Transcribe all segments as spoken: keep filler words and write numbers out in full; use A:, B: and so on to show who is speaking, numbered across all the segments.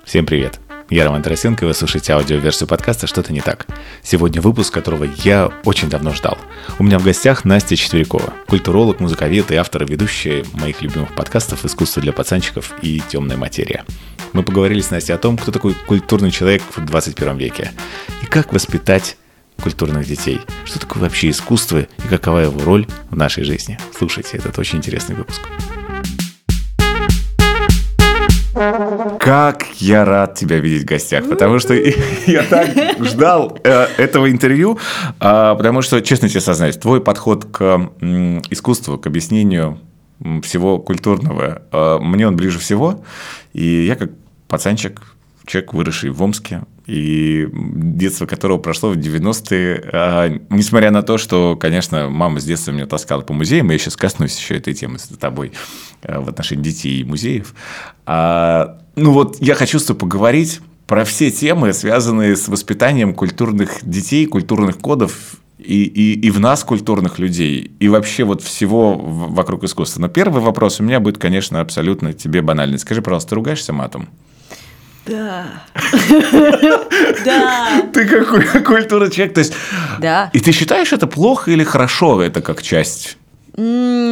A: Всем привет! Я Роман Тарасенко, и вы слушаете аудиоверсию подкаста «Что-то не так». Сегодня выпуск, которого я очень давно ждал. У меня в гостях Настя Четверякова, культуролог, музыковед и автор и ведущая моих любимых подкастов «Искусство для пацанчиков» и «Темная материя». Мы поговорили с Настей о том, кто такой культурный человек в двадцать первом веке и как воспитать культурных детей, что такое вообще искусство и какова его роль в нашей жизни. Слушайте, этот очень интересный выпуск. Как я рад тебя видеть в гостях, потому что я так ждал э, этого интервью, э, потому что, честно тебе сознаюсь, твой подход к э, искусству, к объяснению всего культурного, э, мне он ближе всего, и я как пацанчик, человек, выросший в Омске, и детство которого прошло в девяностые, а, несмотря на то, что, конечно, мама с детства меня таскала по музеям, и я сейчас коснусь еще этой темы с тобой а, в отношении детей и музеев. А, ну вот я хочу с тобой поговорить про все темы, связанные с воспитанием культурных детей, культурных кодов и, и, и в нас, культурных людей, и вообще вот всего вокруг искусства. Но первый вопрос у меня будет, конечно, абсолютно тебе банальный. Скажи, пожалуйста, ты ругаешься матом?
B: Да. Да.
A: Ты какой культурный человек. То есть,
B: да.
A: И ты считаешь это плохо или хорошо, это как часть?
B: Ты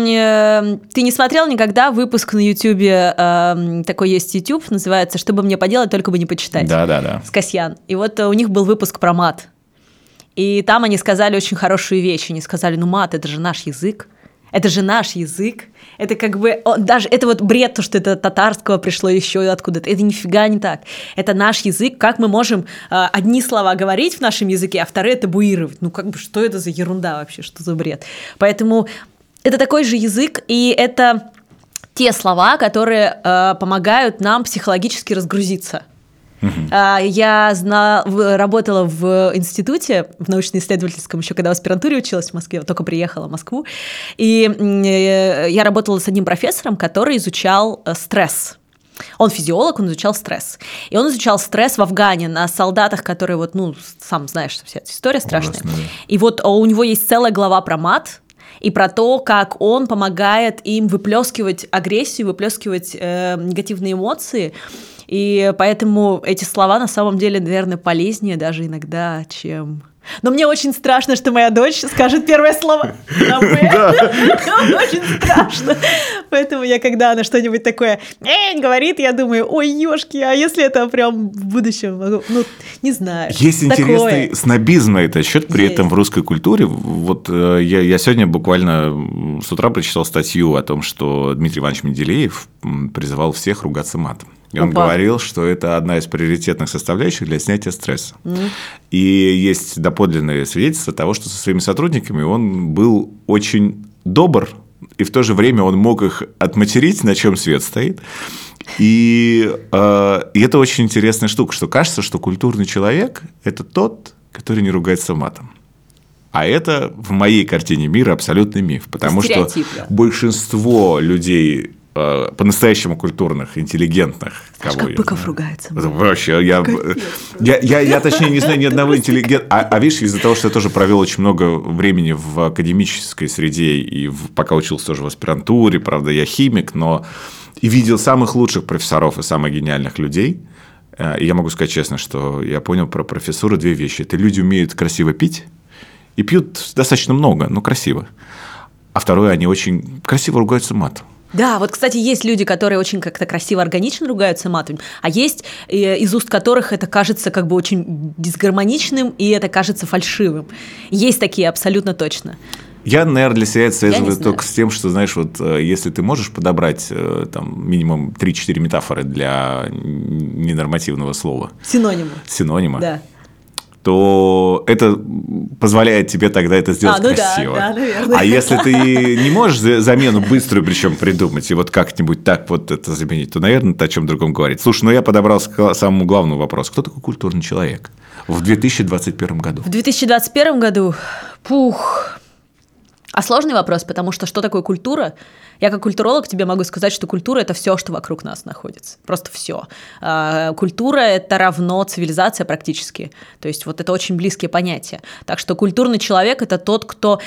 B: не смотрел никогда выпуск на Ютубе, такой есть YouTube, называется «Что бы мне поделать, только бы не почитать».
A: Да, да, да.
B: С Касьян. И вот у них был выпуск про мат. И там они сказали очень хорошую вещь. Они сказали, ну мат – это же наш язык. Это же наш язык. Это как бы даже это вот бред, то, что это татарского пришло еще откуда-то. Это нифига не так. Это наш язык. Как мы можем э, одни слова говорить в нашем языке, а вторые табуировать? Ну, как бы, что это за ерунда вообще? Что за бред? Поэтому это такой же язык, и это те слова, которые э, помогают нам психологически разгрузиться. Uh-huh. Я знала, работала в институте, в научно-исследовательском, еще когда в аспирантуре училась в Москве, только приехала в Москву, и я работала с одним профессором, который изучал стресс. Он физиолог, он изучал стресс. И он изучал стресс в Афгане на солдатах, которые, вот, ну, сам знаешь, вся эта история страшная. Ужасно, да. И вот у него есть целая глава про мат, и про то, как он помогает им выплескивать агрессию, выплескивать э, негативные эмоции. И поэтому эти слова на самом деле, наверное, полезнее даже иногда, чем... Но мне очень страшно, что моя дочь скажет первое слово на «П». Очень страшно. Поэтому я, когда она что-нибудь такое говорит, я думаю, ой, ёшки, а если это прям в будущем? Ну, не знаю.
A: Есть интересный снобизм на этот счет при этом в русской культуре. Вот я, я сегодня буквально с утра прочитал статью о том, что Дмитрий Иванович Менделеев призывал всех ругаться матом. И он Опа. говорил, что это одна из приоритетных составляющих для снятия стресса. Mm. И есть доподлинные свидетельства того, что со своими сотрудниками он был очень добр, и в то же время он мог их отматерить, на чем свет стоит. И, э, и это очень интересная штука, что кажется, что культурный человек – это тот, который не ругается матом. А это в моей картине мира абсолютный миф, потому Стереотип, что да. большинство людей по-настоящему культурных, интеллигентных.
B: Аж как Быков ругается.
A: Вообще, я, я, я, я точнее не знаю ни одного интеллигентного. А, а видишь, из-за того, что я тоже провел очень много времени в академической среде, и в, пока учился тоже в аспирантуре, правда, я химик, но и видел самых лучших профессоров и самых гениальных людей. И я могу сказать честно, что я понял про профессуру две вещи. Это люди умеют красиво пить, и пьют достаточно много, но красиво. А второе, они очень красиво ругаются матом.
B: Да, вот, кстати, есть люди, которые очень как-то красиво, органично ругаются матом, а есть из уст которых это кажется как бы очень дисгармоничным, и это кажется фальшивым. Есть такие абсолютно точно.
A: Я, наверное, для себя это связываю только с тем, что, знаешь, вот если ты можешь подобрать там, минимум три-четыре метафоры для ненормативного слова.
B: Синонима.
A: Синонима.
B: Да.
A: То это позволяет тебе тогда это сделать
B: а, ну
A: красиво.
B: Да, да, наверное.
A: А если ты не можешь замену быструю причем придумать и вот как-нибудь так вот это заменить, то, наверное, это о чем другом говорить. Слушай, ну я подобрал к самому главному вопросу. Кто такой культурный человек в две тысячи двадцать первом году?
B: В две тысячи двадцать первом году? Пух... А сложный вопрос, потому что что такое культура? Я как культуролог тебе могу сказать, что культура – это все, что вокруг нас находится. Просто все. Культура – это равно цивилизация практически. То есть вот это очень близкие понятия. Так что культурный человек – это тот, кто…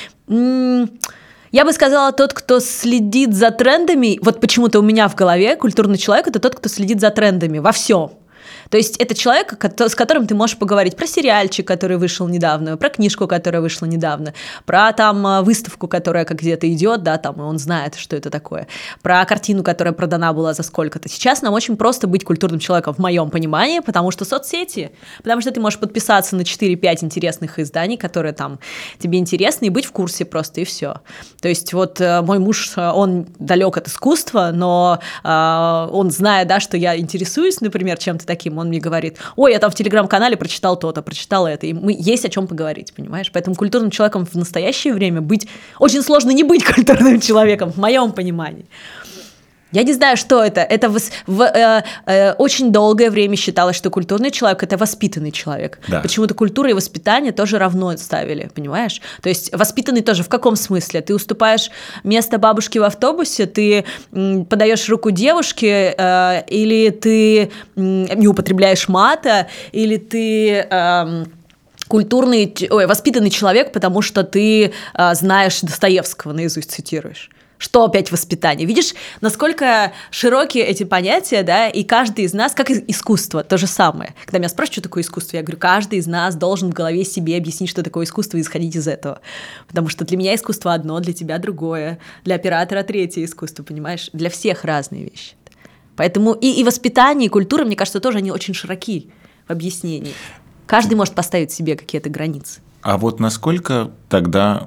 B: Я бы сказала, тот, кто следит за трендами. Вот почему-то у меня в голове культурный человек – это тот, кто следит за трендами во всем. То есть это человек, с которым ты можешь поговорить про сериальчик, который вышел недавно, про книжку, которая вышла недавно, про там выставку, которая как где-то идет, да, там, и он знает, что это такое, про картину, которая продана была за сколько-то. Сейчас нам очень просто быть культурным человеком, в моем понимании, потому что соцсети, потому что ты можешь подписаться на четыре-пять интересных изданий, которые там тебе интересны, и быть в курсе просто, и все. То есть вот мой муж, он далек от искусства, но э, он, зная, да, что я интересуюсь, например, чем-то таким, он мне говорит: ой, я там в телеграм-канале прочитал то-то, прочитал это, и мы, есть о чем поговорить, понимаешь? Поэтому культурным человеком в настоящее время быть... Очень сложно не быть культурным человеком, в моем понимании. Я не знаю, что это. Это в, в, э, э, очень долгое время считалось, что культурный человек – это воспитанный человек. Да. Почему-то культура и воспитание тоже равно ставили, понимаешь? То есть воспитанный тоже в каком смысле? Ты уступаешь место бабушке в автобусе, ты м, подаешь руку девушке, э, или ты м, не употребляешь мата, или ты… Э, культурный, ой, воспитанный человек, потому что ты э, знаешь Достоевского, наизусть цитируешь. Что опять воспитание? Видишь, насколько широкие эти понятия, да, и каждый из нас, как искусство, то же самое. Когда меня спрашивают, что такое искусство, я говорю, каждый из нас должен в голове себе объяснить, что такое искусство, и исходить из этого. Потому что для меня искусство одно, для тебя другое, для оператора третье искусство, понимаешь? Для всех разные вещи. Поэтому и, и воспитание, и культура, мне кажется, тоже они очень широки в объяснении. Каждый может поставить себе какие-то границы.
A: А вот насколько тогда...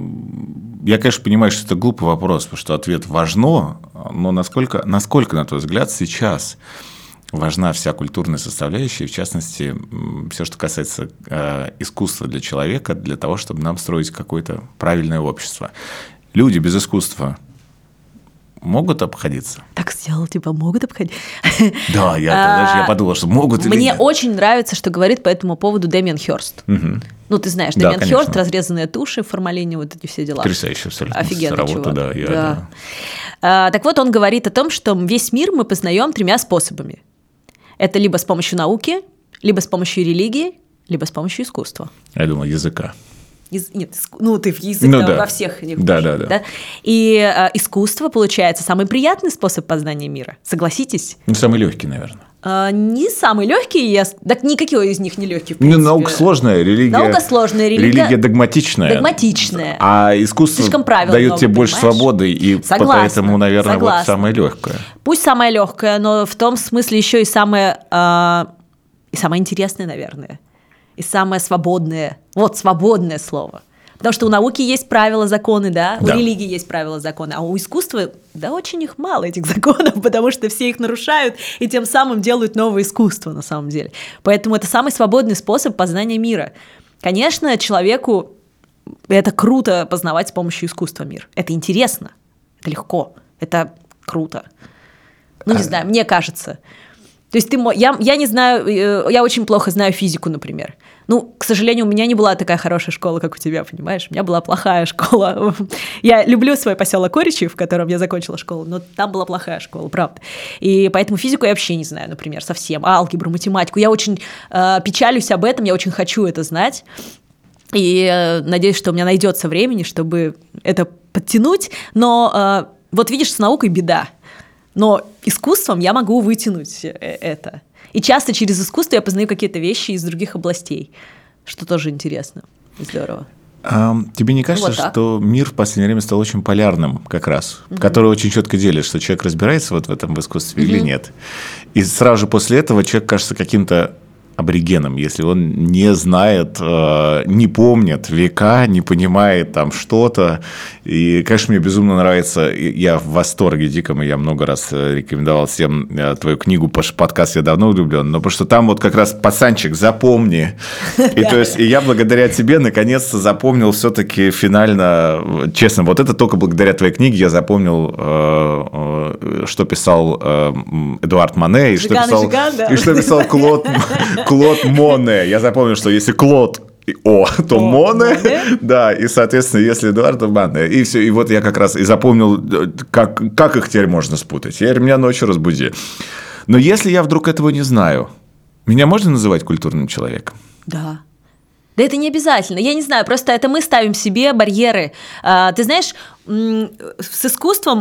A: Я, конечно, понимаю, что это глупый вопрос, потому что ответ важно, но насколько, насколько, на твой взгляд, сейчас важна вся культурная составляющая, в частности, все, что касается э, искусства для человека, для того, чтобы нам строить какое-то правильное общество. Люди без искусства могут обходиться?
B: Так сделал, типа, могут обходить?
A: Да, я, даже я подумал, что могут или
B: Мне
A: нет.
B: очень нравится, что говорит по этому поводу Дэмиан Хёрст.
A: Угу.
B: Ну, ты знаешь,
A: Да,
B: Дэмиан Хёрст, разрезанные туши в формалине, вот эти все дела.
A: Потрясающая абсолютно
B: Офигенный
A: работа,
B: чувак.
A: да. Я,
B: да.
A: да.
B: А, так вот, он говорит о том, что весь мир мы познаем тремя способами. Это либо с помощью науки, либо с помощью религии, либо с помощью искусства.
A: Я думал, языка.
B: Из, нет, ну ты в язык
A: ну,
B: да,
A: да.
B: во всех не
A: да, да, да.
B: да? И э, искусство, получается, самый приятный способ познания мира. Согласитесь?
A: Ну, самый легкий, наверное.
B: А, не самый легкий, я... так никакой из них не легкий, в
A: принципе. Ну, наука сложная, религия...
B: Наука сложная, религия...
A: Религия догматичная.
B: Догматичная.
A: А искусство дает
B: много,
A: тебе больше
B: понимаешь?
A: свободы, и
B: Согласна,
A: поэтому, наверное,
B: согласна.
A: вот самое легкое.
B: Пусть самое легкое, но в том смысле еще и самое, э, и самое интересное, наверное. И самое свободное. Вот, свободное слово. Потому что у науки есть правила, законы, да?
A: да,
B: у религии есть правила, законы, а у искусства, да, очень их мало, этих законов, потому что все их нарушают и тем самым делают новое искусство на самом деле. Поэтому это самый свободный способ познания мира. Конечно, человеку это круто познавать с помощью искусства мир. Это интересно, это легко, это круто. Ну, не знаю, мне кажется. То есть ты, я, я не знаю, я очень плохо знаю физику, например. Ну, к сожалению, у меня не была такая хорошая школа, как у тебя, понимаешь? У меня была плохая школа. Я люблю свой поселок Оричи, в котором я закончила школу, но там была плохая школа, правда. И поэтому физику я вообще не знаю, например, совсем. Алгебру, математику. Я очень э, печалюсь об этом, я очень хочу это знать. И э, надеюсь, что у меня найдется времени, чтобы это подтянуть. Но э, вот видишь, с наукой беда. Но искусством я могу вытянуть это. И часто через искусство я познаю какие-то вещи из других областей, что тоже интересно и здорово.
A: А тебе не кажется,
B: вот
A: что мир в последнее время стал очень полярным как раз, угу. который очень четко делит, что человек разбирается вот в этом в искусстве угу. или нет. И сразу же после этого человек кажется каким-то аборигеном, если он не знает, не помнит века, не понимает там что-то. И, конечно, мне безумно нравится, я в восторге диком, и я много раз рекомендовал всем твою книгу, подкаст «Я давно влюблен», но потому что там вот как раз пацанчик, запомни. И то есть и я благодаря тебе наконец-то запомнил все-таки финально, честно, вот это только благодаря твоей книге я запомнил, что писал Эдуард Моне, и что писал, и что писал Клод Клод Моне. Я запомнил, что если Клод О, то О, Моне, Моне, да, и, соответственно, если Эдуард, то Моне. И все, и вот я как раз и запомнил, как, как их теперь можно спутать. Я меня ночью разбуди. Но если я вдруг этого не знаю, меня можно называть культурным человеком?
B: Да. Да это не обязательно. Я не знаю, просто это мы ставим себе барьеры. Ты знаешь, с искусством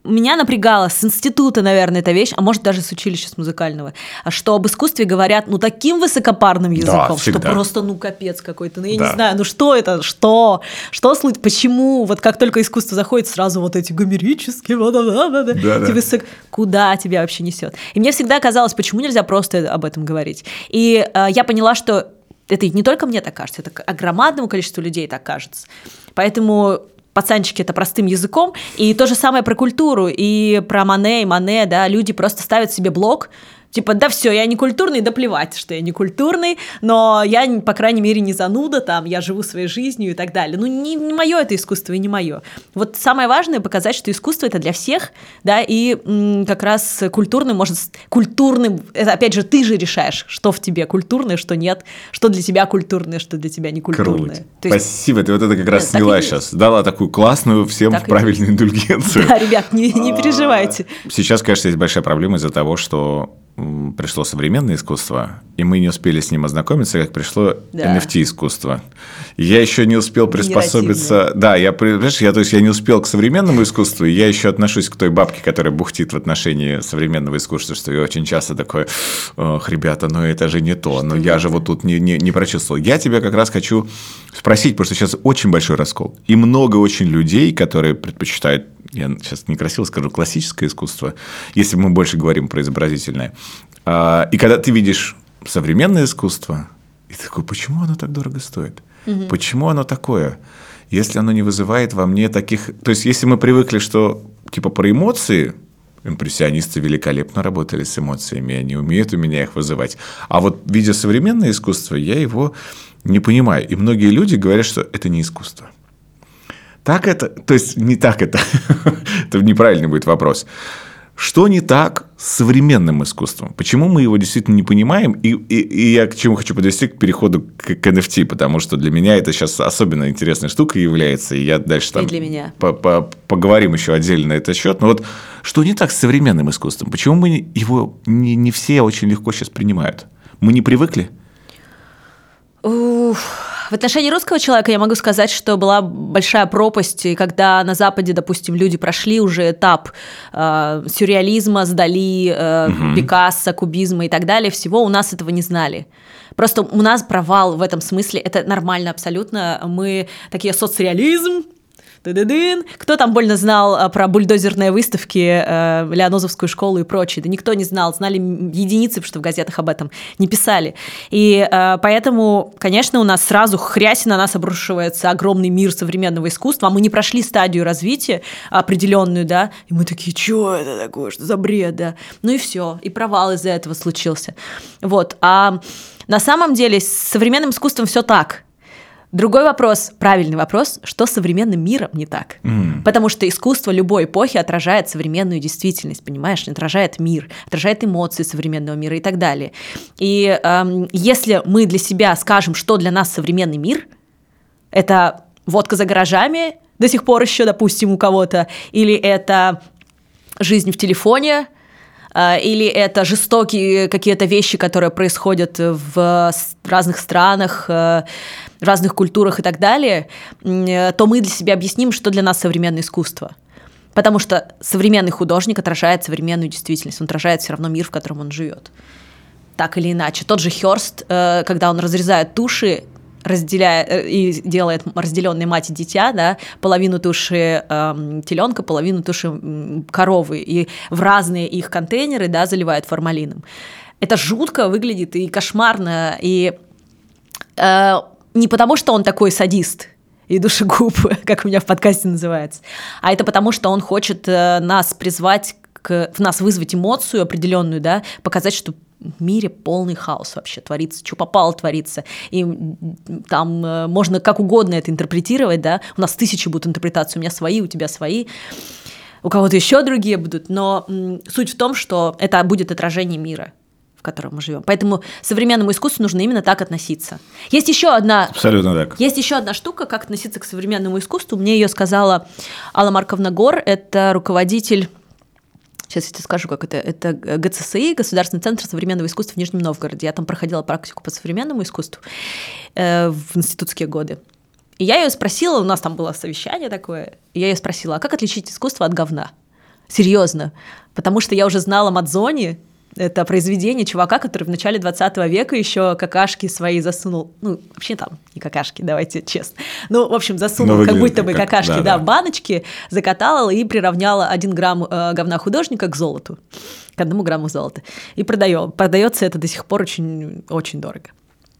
B: меня напрягало с института, наверное, эта вещь, а может даже с училища, с музыкального, что об искусстве говорят, ну, таким высокопарным языком,
A: да,
B: что просто, ну, капец какой-то. Ну, я
A: да.
B: не знаю, ну, что это, что? Что случилось? Почему? Вот как только искусство заходит, сразу вот эти гомерические, да, да. Высок... Куда тебя вообще несет? И мне всегда казалось, почему нельзя просто об этом говорить? И э, я поняла, что это не только мне так кажется, это огромному количеству людей так кажется. Поэтому пацанчики это простым языком. И то же самое про культуру, и про Мане, и Мане, да, люди просто ставят себе блок, типа, да все, я не культурный, да плевать, что я не культурный, но я, по крайней мере, не зануда, там, я живу своей жизнью и так далее. Ну, не, не мое это искусство и не мое. Вот самое важное показать, что искусство это для всех, да, и м, как раз культурным может... Культурным, это, опять же, ты же решаешь, что в тебе культурное, что нет, что для тебя культурное, что для тебя не культурное.
A: Есть... Спасибо, ты вот это как раз да, сняла сейчас. Дала такую классную всем так правильную и... индульгенцию.
B: Да, ребят, не, не переживайте.
A: Сейчас, конечно, есть большая проблема из-за того, что пришло современное искусство, и мы не успели с ним ознакомиться, как пришло да. эн эф ти-искусство. Я еще не успел приспособиться... Да, я, понимаешь, я, то есть я не успел к современному искусству, и я еще отношусь к той бабке, которая бухтит в отношении современного искусства, что я очень часто такой, ох, ребята, ну это же не то, что но это? Я же вот тут не, не, не прочувствовал. Я тебя как раз хочу спросить, потому что сейчас очень большой раскол, и много очень людей, которые предпочитают, я сейчас некрасиво скажу, классическое искусство, если мы больше говорим про изобразительное. И когда ты видишь современное искусство, и ты такой, почему оно так дорого стоит? Угу. Почему оно такое? Если оно не вызывает во мне таких... То есть, если мы привыкли, что типа про эмоции, импрессионисты великолепно работали с эмоциями, они умеют у меня их вызывать. А вот видя современное искусство, я его не понимаю. И многие люди говорят, что это не искусство. Так это? То есть, не так это. Это неправильный будет вопрос. Что не так с современным искусством? Почему мы его действительно не понимаем? И, и, и я к чему хочу подвести к переходу к, к эн эф ти, потому что для меня это сейчас особенно интересная штука является, и я дальше там
B: и для меня.
A: По, по, поговорим еще отдельно на этот счет. Но вот что не так с современным искусством? Почему мы его не, не все очень легко сейчас принимают? Мы не привыкли?
B: Уф. В отношении русского человека я могу сказать, что была большая пропасть, и когда на Западе, допустим, люди прошли уже этап э, сюрреализма, сдали, э, угу. Пикассо, кубизма и так далее, всего у нас этого не знали. Просто у нас провал в этом смысле, это нормально абсолютно. Мы такие соцреализм. Кто там больно знал про бульдозерные выставки, э, Лианозовскую школу и прочее? Да никто не знал, знали единицы, потому что в газетах об этом не писали. И э, поэтому, конечно, у нас сразу хрясь на нас обрушивается огромный мир современного искусства, а мы не прошли стадию развития определенную, да, и мы такие, что это такое, что за бред, да? Ну и все, и провал из-за этого случился. Вот, а на самом деле с современным искусством все так. Другой вопрос, правильный вопрос, что с современным миром не так? Mm. Потому что искусство любой эпохи отражает современную действительность, понимаешь? Отражает мир, отражает эмоции современного мира и так далее. И эм, если мы для себя скажем, что для нас современный мир, это водка за гаражами до сих пор еще, допустим, у кого-то, или это жизнь в телефоне, или это жестокие какие-то вещи, которые происходят в разных странах, в разных культурах и так далее, то мы для себя объясним, что для нас современное искусство. Потому что современный художник отражает современную действительность, он отражает все равно мир, в котором он живет. Так или иначе. Тот же Хёрст, когда он разрезает туши, разделяя и делает разделенные мать и дитя, да, половину туши э, теленка, половину туши э, коровы, и в разные их контейнеры, да, заливает формалином. Это жутко выглядит и кошмарно, и э, не потому, что он такой садист и душегуб, как у меня в подкасте называется, а это потому, что он хочет э, нас призвать, к, в нас вызвать эмоцию определенную, да, показать, что в мире полный хаос вообще творится, что попало творится, и там э, можно как угодно это интерпретировать, да, у нас тысячи будут интерпретации, у меня свои, у тебя свои, у кого-то еще другие будут, но м, суть в том, что это будет отражение мира, в котором мы живем, поэтому современному искусству нужно именно так относиться. Есть еще одна,
A: абсолютно так.
B: Есть еще одна штука, как относиться к современному искусству, мне ее сказала Алла Марковна Гор, это руководитель. Сейчас я тебе скажу, как это. Это гэ цэ эс и, Государственный центр современного искусства в Нижнем Новгороде. Я там проходила практику по современному искусству э, в институтские годы. И я ее спросила, у нас там было совещание такое, и я ее спросила, а как отличить искусство от говна? Серьезно. Потому что я уже знала Мадзони, это произведение чувака, который в начале двадцатого века еще какашки свои засунул. Ну, вообще там не какашки, давайте честно. Ну, в общем, засунул как будто бы как, какашки, да, да, да, в баночки, закатал и приравнял один грамм э, говна художника к золоту. К одному грамму золота. И продает. Продается это до сих пор очень, очень дорого.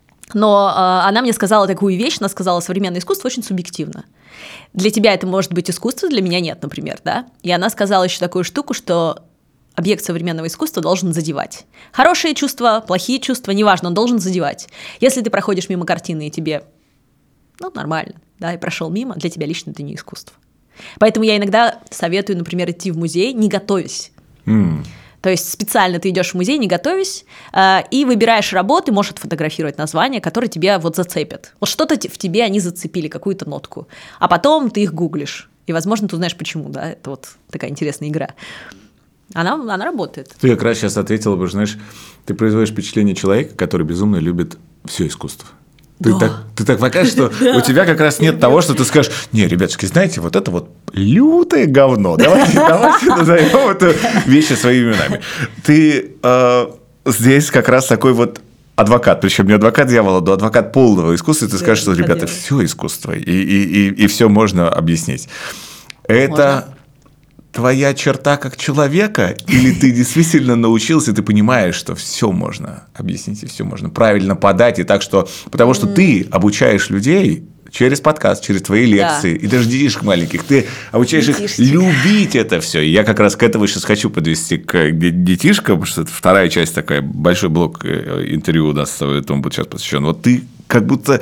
B: Но э, она мне сказала такую вещь, она сказала, современное искусство очень субъективно. Для тебя это может быть искусство, для меня нет, например, да? И она сказала еще такую штуку, что объект современного искусства должен задевать. Хорошие чувства, плохие чувства, неважно, он должен задевать. Если ты проходишь мимо картины, и тебе, ну, нормально, да, и прошел мимо, для тебя лично это не искусство. Поэтому я иногда советую, например, идти в музей, не готовясь. Mm. То есть специально ты идешь в музей, не готовясь, э, и выбираешь работы, можешь отфотографировать названия, которые тебя вот зацепят. Вот что-то в тебе они зацепили, какую-то нотку. А потом ты их гуглишь. И, возможно, ты узнаешь, почему, да, это вот такая интересная игра. Она, она работает.
A: Ты как раз сейчас ответила бы, знаешь, ты производишь впечатление человека, который безумно любит все искусство. Ты, да. так, ты так покажешь, что у тебя как раз нет того, что ты скажешь: не, ребятушки, знаете, вот это вот лютое говно. Давайте, давайте назовем это вещи своими именами. Ты э, здесь как раз такой вот адвокат, причем не адвокат дьявола, но адвокат полного искусства. И ты скажешь, что, ребята, все искусство, и, и, и, и все можно объяснить. Это... Можно? Твоя черта как человека, или ты действительно научился, ты понимаешь, что все можно объяснить, и все можно правильно подать, и так что, потому что mm. ты обучаешь людей через подкаст, через твои лекции, да. и даже детишек маленьких, ты обучаешь Детишки. их любить это все. И я как раз к этому сейчас хочу подвести к детишкам, потому что это вторая часть такая, большой блок интервью у нас этому будет сейчас посвящен. Вот ты как будто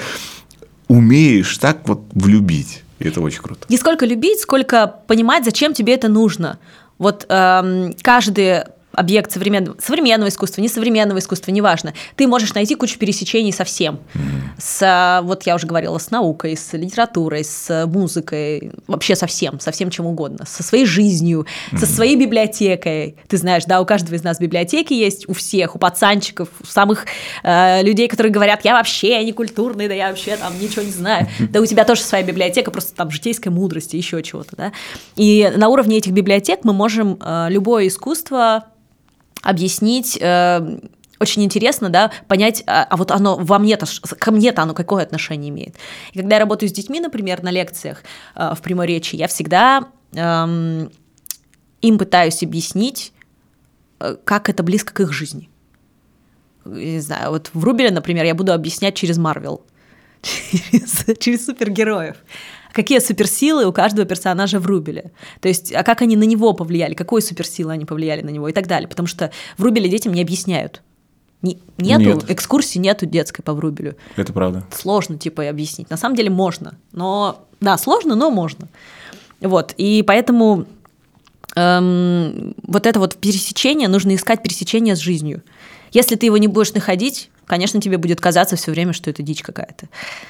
A: умеешь так вот влюбить. И это очень круто.
B: Не сколько любить, сколько понимать, зачем тебе это нужно. Вот эм, каждый объект современного, современного искусства, несовременного искусства, неважно, ты можешь найти кучу пересечений со всем. Mm-hmm. С, вот я уже говорила, с наукой, с литературой, с музыкой, вообще со всем, со всем чем угодно, со своей жизнью, mm-hmm. со своей библиотекой. Ты знаешь, да, у каждого из нас библиотеки есть, у всех, у пацанчиков, у самых э, людей, которые говорят: я вообще не культурный, да я вообще там ничего не знаю. Mm-hmm. Да у тебя тоже своя библиотека, просто там житейской мудрости, еще чего-то, да. И на уровне этих библиотек мы можем э, любое искусство объяснить, э, очень интересно, да, понять, а, а вот оно во мне-то, ко мне-то оно какое отношение имеет. И когда я работаю с детьми, например, на лекциях э, в прямой речи, я всегда э, им пытаюсь объяснить, э, как это близко к их жизни. Не знаю, вот в Врубеле, например, я буду объяснять через Марвел, через, через супергероев. Какие суперсилы у каждого персонажа в Врубеле. То есть, а как они на него повлияли, какой суперсилы они повлияли на него и так далее. Потому что в Врубеле детям не объясняют. Не, нету Нет. экскурсии, нету детской по Врубелю.
A: Это правда.
B: Сложно, типа, объяснить. На самом деле можно. Но, да, сложно, но можно. Вот, и поэтому эм, вот это вот пересечение, нужно искать пересечение с жизнью. Если ты его не будешь находить, конечно, тебе будет казаться все время, что это дичь какая-то.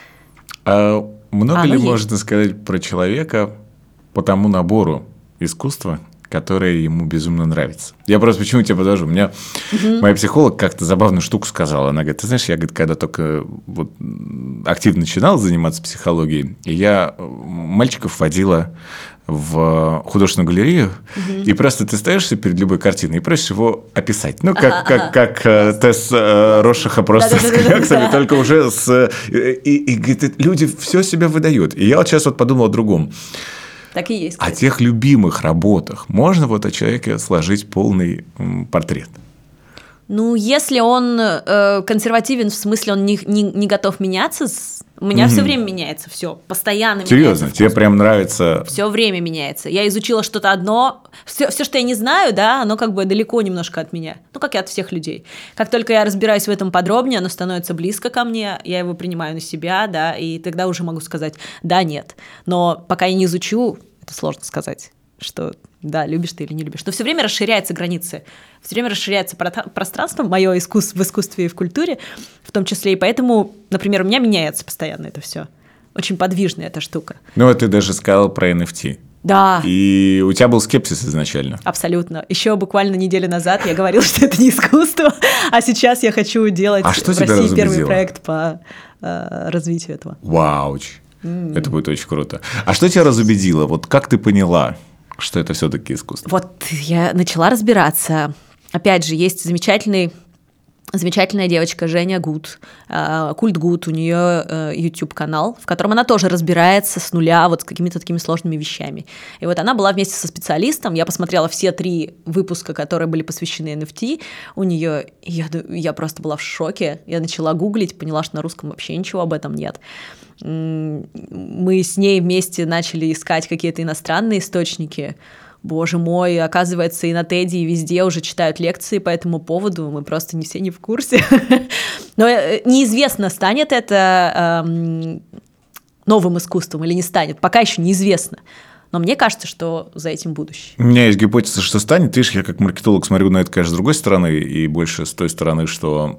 A: А много а, ли
B: ну,
A: можно сказать про человека по тому набору искусства, которое ему безумно нравится? Я просто почему тебе подожду? У меня угу. моя психолог как-то забавную штуку сказала. Она говорит: ты знаешь, я, говорит, когда только вот активно начинал заниматься психологией, я мальчиков водила в художественную галерею, угу. и просто ты стоишься перед любой картиной и просишь его описать. Ну, как, ага, как, ага. как, как Тесс Росшиха просто с кляксами, только уже с... И, и говорит, люди все себя выдают. И я вот сейчас вот подумал о другом.
B: Так и есть.
A: О тех любимых работах можно вот о человеке сложить полный портрет?
B: Ну, если он э, консервативен, в смысле он не, не, не готов меняться, у меня mm-hmm. все время меняется, все, постоянно
A: Серьезно?
B: меняется.
A: Тебе прям нравится?
B: Все время меняется. Я изучила что-то одно, все, все, что я не знаю, да, оно как бы далеко немножко от меня, ну, как и от всех людей. Как только я разбираюсь в этом подробнее, оно становится близко ко мне, я его принимаю на себя, да, и тогда уже могу сказать да, нет. Но пока я не изучу, это сложно сказать, что да, любишь ты или не любишь. Но все время расширяются границы, все время расширяется пространство мое искусство, в искусстве и в культуре, в том числе. И поэтому, например, у меня меняется постоянно это все. Очень подвижная эта штука.
A: Ну, вот ты даже сказал про эн эф ти.
B: Да.
A: И у тебя был скепсис изначально.
B: Абсолютно. Еще буквально неделю назад я говорила, что это не искусство, а сейчас я хочу делать
A: а что
B: в
A: тебя
B: России
A: разубедило?
B: Первый проект по э, развитию этого.
A: Вау. Mm. Это будет очень круто. А что тебя разубедило? Вот как ты поняла, что это все-таки искусство?
B: Вот я начала разбираться. Опять же, есть замечательный Замечательная девочка Женя Гуд, Культ Гуд, у нее YouTube-канал, в котором она тоже разбирается с нуля вот с какими-то такими сложными вещами. И вот она была вместе со специалистом, я посмотрела все три выпуска, которые были посвящены эн эф ти, у нее, я, я просто была в шоке, я начала гуглить, поняла, что на русском вообще ничего об этом нет. Мы с ней вместе начали искать какие-то иностранные источники. Боже мой, оказывается, и на Теди, и везде уже читают лекции по этому поводу, мы просто не все не в курсе. Но неизвестно, станет это эм, новым искусством или не станет, пока еще неизвестно. Но мне кажется, что за этим будущее.
A: У меня есть гипотеза, что станет. Видишь, я как маркетолог смотрю на это, конечно, с другой стороны, и больше с той стороны, что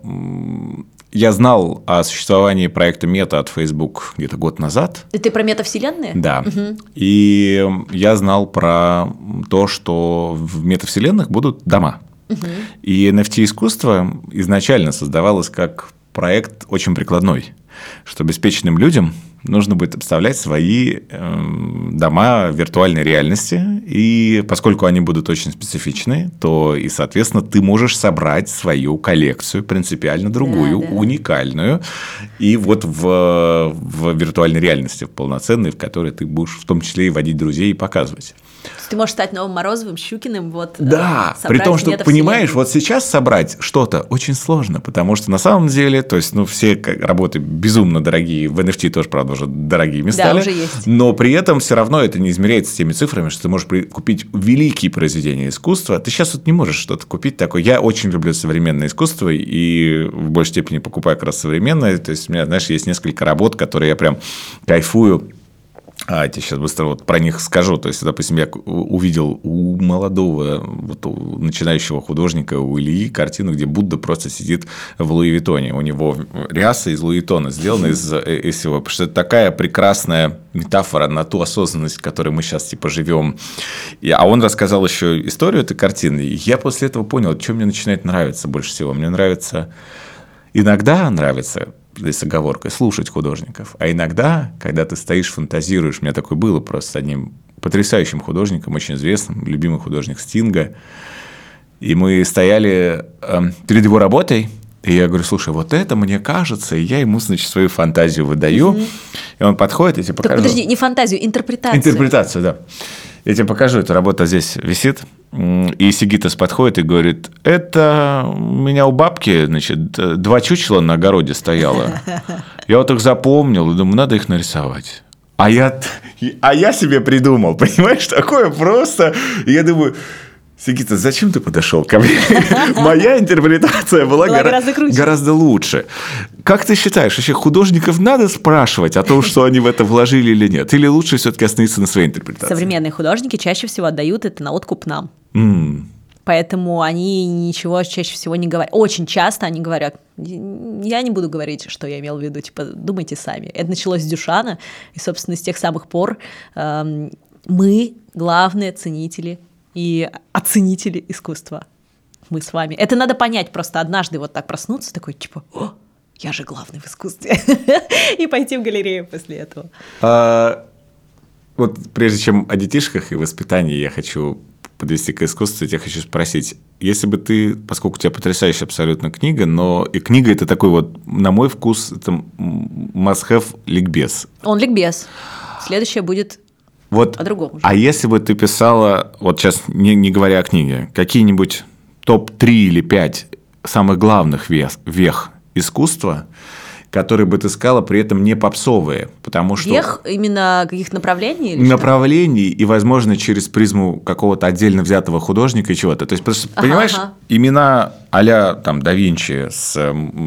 A: я знал о существовании проекта Мета от Facebook где-то год назад.
B: И ты про метавселенные?
A: Да.
B: Угу.
A: И я знал про то, что в метавселенных будут дома. Угу. И эн эф ти-искусство изначально создавалось как проект очень прикладной, что обеспеченным людям нужно будет обставлять свои э, дома виртуальной реальности, и поскольку они будут очень специфичны, то и, соответственно, ты можешь собрать свою коллекцию принципиально другую, да, да. уникальную, и вот в, в виртуальной реальности, в полноценной, в которой ты будешь в том числе и водить друзей и показывать.
B: Ты можешь стать новым Морозовым, Щукиным, вот.
A: Да, при том, что, понимаешь, вот сейчас собрать что-то очень сложно, потому что на самом деле, то есть, ну, все работы безумно дорогие, в эн эф ти тоже, правда, уже дорогими стали,
B: да, уже есть.
A: Но при этом все равно это не измеряется теми цифрами, что ты можешь купить великие произведения искусства. Ты сейчас вот не можешь что-то купить такое. Я очень люблю современное искусство и в большей степени покупаю как раз современное. То есть, у меня, знаешь, есть несколько работ, которые я прям кайфую. А, я тебе сейчас быстро вот про них скажу. То есть, допустим, я увидел у молодого, вот, у начинающего художника, у Ильи, картину, где Будда просто сидит в Луи Виттоне. У него ряса из Луи Виттона сделана из, из всего. Потому что это такая прекрасная метафора на ту осознанность, в которой мы сейчас типа живем. И, а он рассказал еще историю этой картины. И я после этого понял, что мне начинает нравиться больше всего. Мне нравится... Иногда нравится... с оговоркой, слушать художников. А иногда, когда ты стоишь, фантазируешь, у меня такое было просто с одним потрясающим художником, очень известным, любимый художник Стинга, и мы стояли э, перед его работой, и я говорю, слушай, вот это мне кажется, и я ему, значит, свою фантазию выдаю, mm-hmm. и он подходит, и тебе покажу.
B: Так, подожди, не фантазию, интерпретацию.
A: Интерпретацию, да. Я тебе покажу, эта работа здесь висит, и Сигитас подходит и говорит, это у меня у бабки, значит, два чучела на огороде стояло. Я вот их запомнил, и думаю, надо их нарисовать. А я, а я себе придумал, понимаешь, такое просто. И я думаю... Сигитас, зачем ты подошел ко мне? Моя интерпретация была, была гора- гораздо, гораздо лучше. Как ты считаешь, вообще художников надо спрашивать о том, что они в это вложили или нет? Или лучше все-таки остановиться на своей интерпретации?
B: Современные художники чаще всего отдают это на откуп нам.
A: Mm.
B: Поэтому они ничего чаще всего не говорят. Очень часто они говорят, я не буду говорить, что я имел в виду, типа, думайте сами. Это началось с Дюшана, и, собственно, с тех самых пор э, мы главные ценители и оценители искусства. Мы с вами. Это надо понять просто однажды вот так проснуться, такой типа, о, я же главный в искусстве. И пойти в галерею после этого.
A: А, вот прежде чем о детишках и воспитании я хочу подвести к искусству, я тебя хочу спросить, если бы ты, поскольку у тебя потрясающая абсолютно книга, но и книга это такой вот, на мой вкус, это must-have ликбез.
B: Он ликбез. Следующее будет...
A: Вот,
B: о другом.
A: А если бы ты писала, вот сейчас не, не говоря о книге, какие-нибудь топ три или пять самых главных вех, вех искусства, которые бы ты сказала, при этом не попсовые, потому что...
B: Вех именно каких направлений? Или
A: направлений что? И, возможно, через призму какого-то отдельно взятого художника и чего-то. То есть, ага, понимаешь, ага. имена а-ля там, да Винчи с,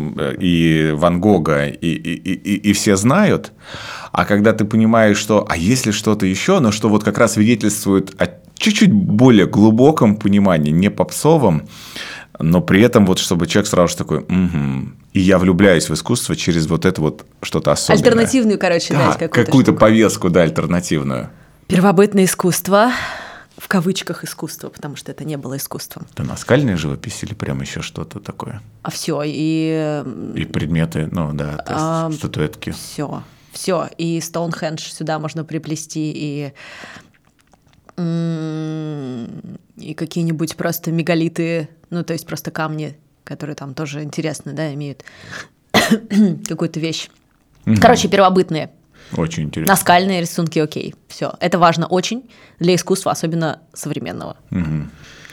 A: и Ван Гога и, и, и, и все знают, а когда ты понимаешь, что а если что-то еще, но что вот как раз свидетельствует о чуть-чуть более глубоком понимании, не попсовом, но при этом вот чтобы человек сразу же такой, угу, и я влюбляюсь в искусство через вот это вот что-то особенное.
B: Альтернативную, короче,
A: да,
B: дать какую-то
A: какую-то
B: штуку.
A: повестку, да, альтернативную.
B: Первобытное искусство, в кавычках искусство, потому что это не было искусством.
A: Это наскальная живопись или прям еще что-то такое?
B: А все и...
A: И предметы, ну да, то есть а, статуэтки.
B: Все, все. И Стоунхендж сюда можно приплести, и... И какие-нибудь просто мегалиты, ну, то есть просто камни, которые там тоже интересно, да, имеют какую-то вещь. Угу. Короче, первобытные.
A: Очень интересно.
B: Наскальные рисунки, окей, все. Это важно очень для искусства, особенно современного.
A: Угу.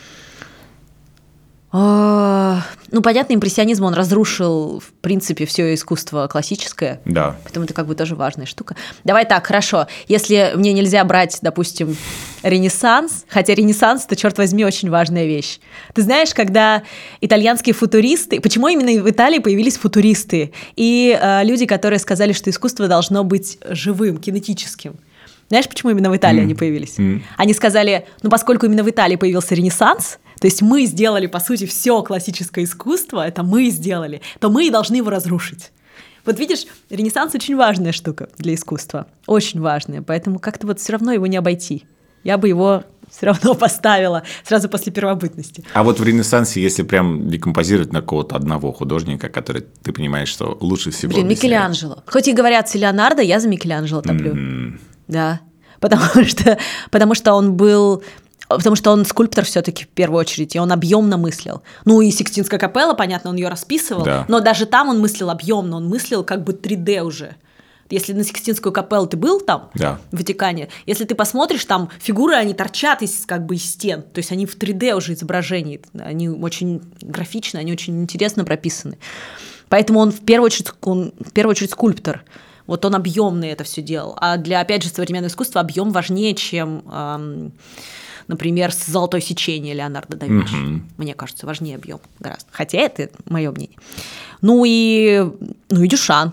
B: Ну, понятно, импрессионизм, он разрушил, в принципе, все искусство классическое.
A: Да.
B: Поэтому это как бы тоже важная штука. Давай так, хорошо. Если мне нельзя брать, допустим, Ренессанс, хотя Ренессанс – это, черт возьми, очень важная вещь. Ты знаешь, когда итальянские футуристы… Почему именно в Италии появились футуристы? И э, люди, которые сказали, что искусство должно быть живым, кинетическим. Знаешь, почему именно в Италии mm. они появились? Mm. Они сказали, ну, поскольку именно в Италии появился Ренессанс, то есть мы сделали, по сути, все классическое искусство, это мы сделали, то мы и должны его разрушить. Вот видишь, Ренессанс очень важная штука для искусства, очень важная, поэтому как-то вот все равно его не обойти. Я бы его все равно поставила сразу после первобытности.
A: А вот в Ренессансе, если прям декомпозировать на какого-то одного художника, который ты понимаешь, что лучше всего…
B: Блин, Микеланджело. Хоть и говорят Леонардо, я за Микеланджело топлю. Mm-hmm. Да, потому что, потому что он был… Потому что он скульптор все-таки в первую очередь, и он объемно мыслил. Ну и Сикстинская капелла, понятно, он ее расписывал, да. Но даже там он мыслил объемно, он мыслил как бы три дэ уже. Если на Сикстинскую капеллу ты был там,
A: да.
B: в Ватикане, если ты посмотришь, там фигуры, они торчат из, как бы, из стен, то есть они в три дэ уже изображений, они очень графичны, они очень интересно прописаны. Поэтому он в первую очередь, он, в первую очередь скульптор. Вот он объемный это все делал. А для, опять же, современного искусства объем важнее, чем… Эм, например, «Золотое сечение» Леонардо да Винчи. Mm-hmm. Мне кажется, важнее объем гораздо. Хотя это мое мнение. Ну и, ну и Дюшан.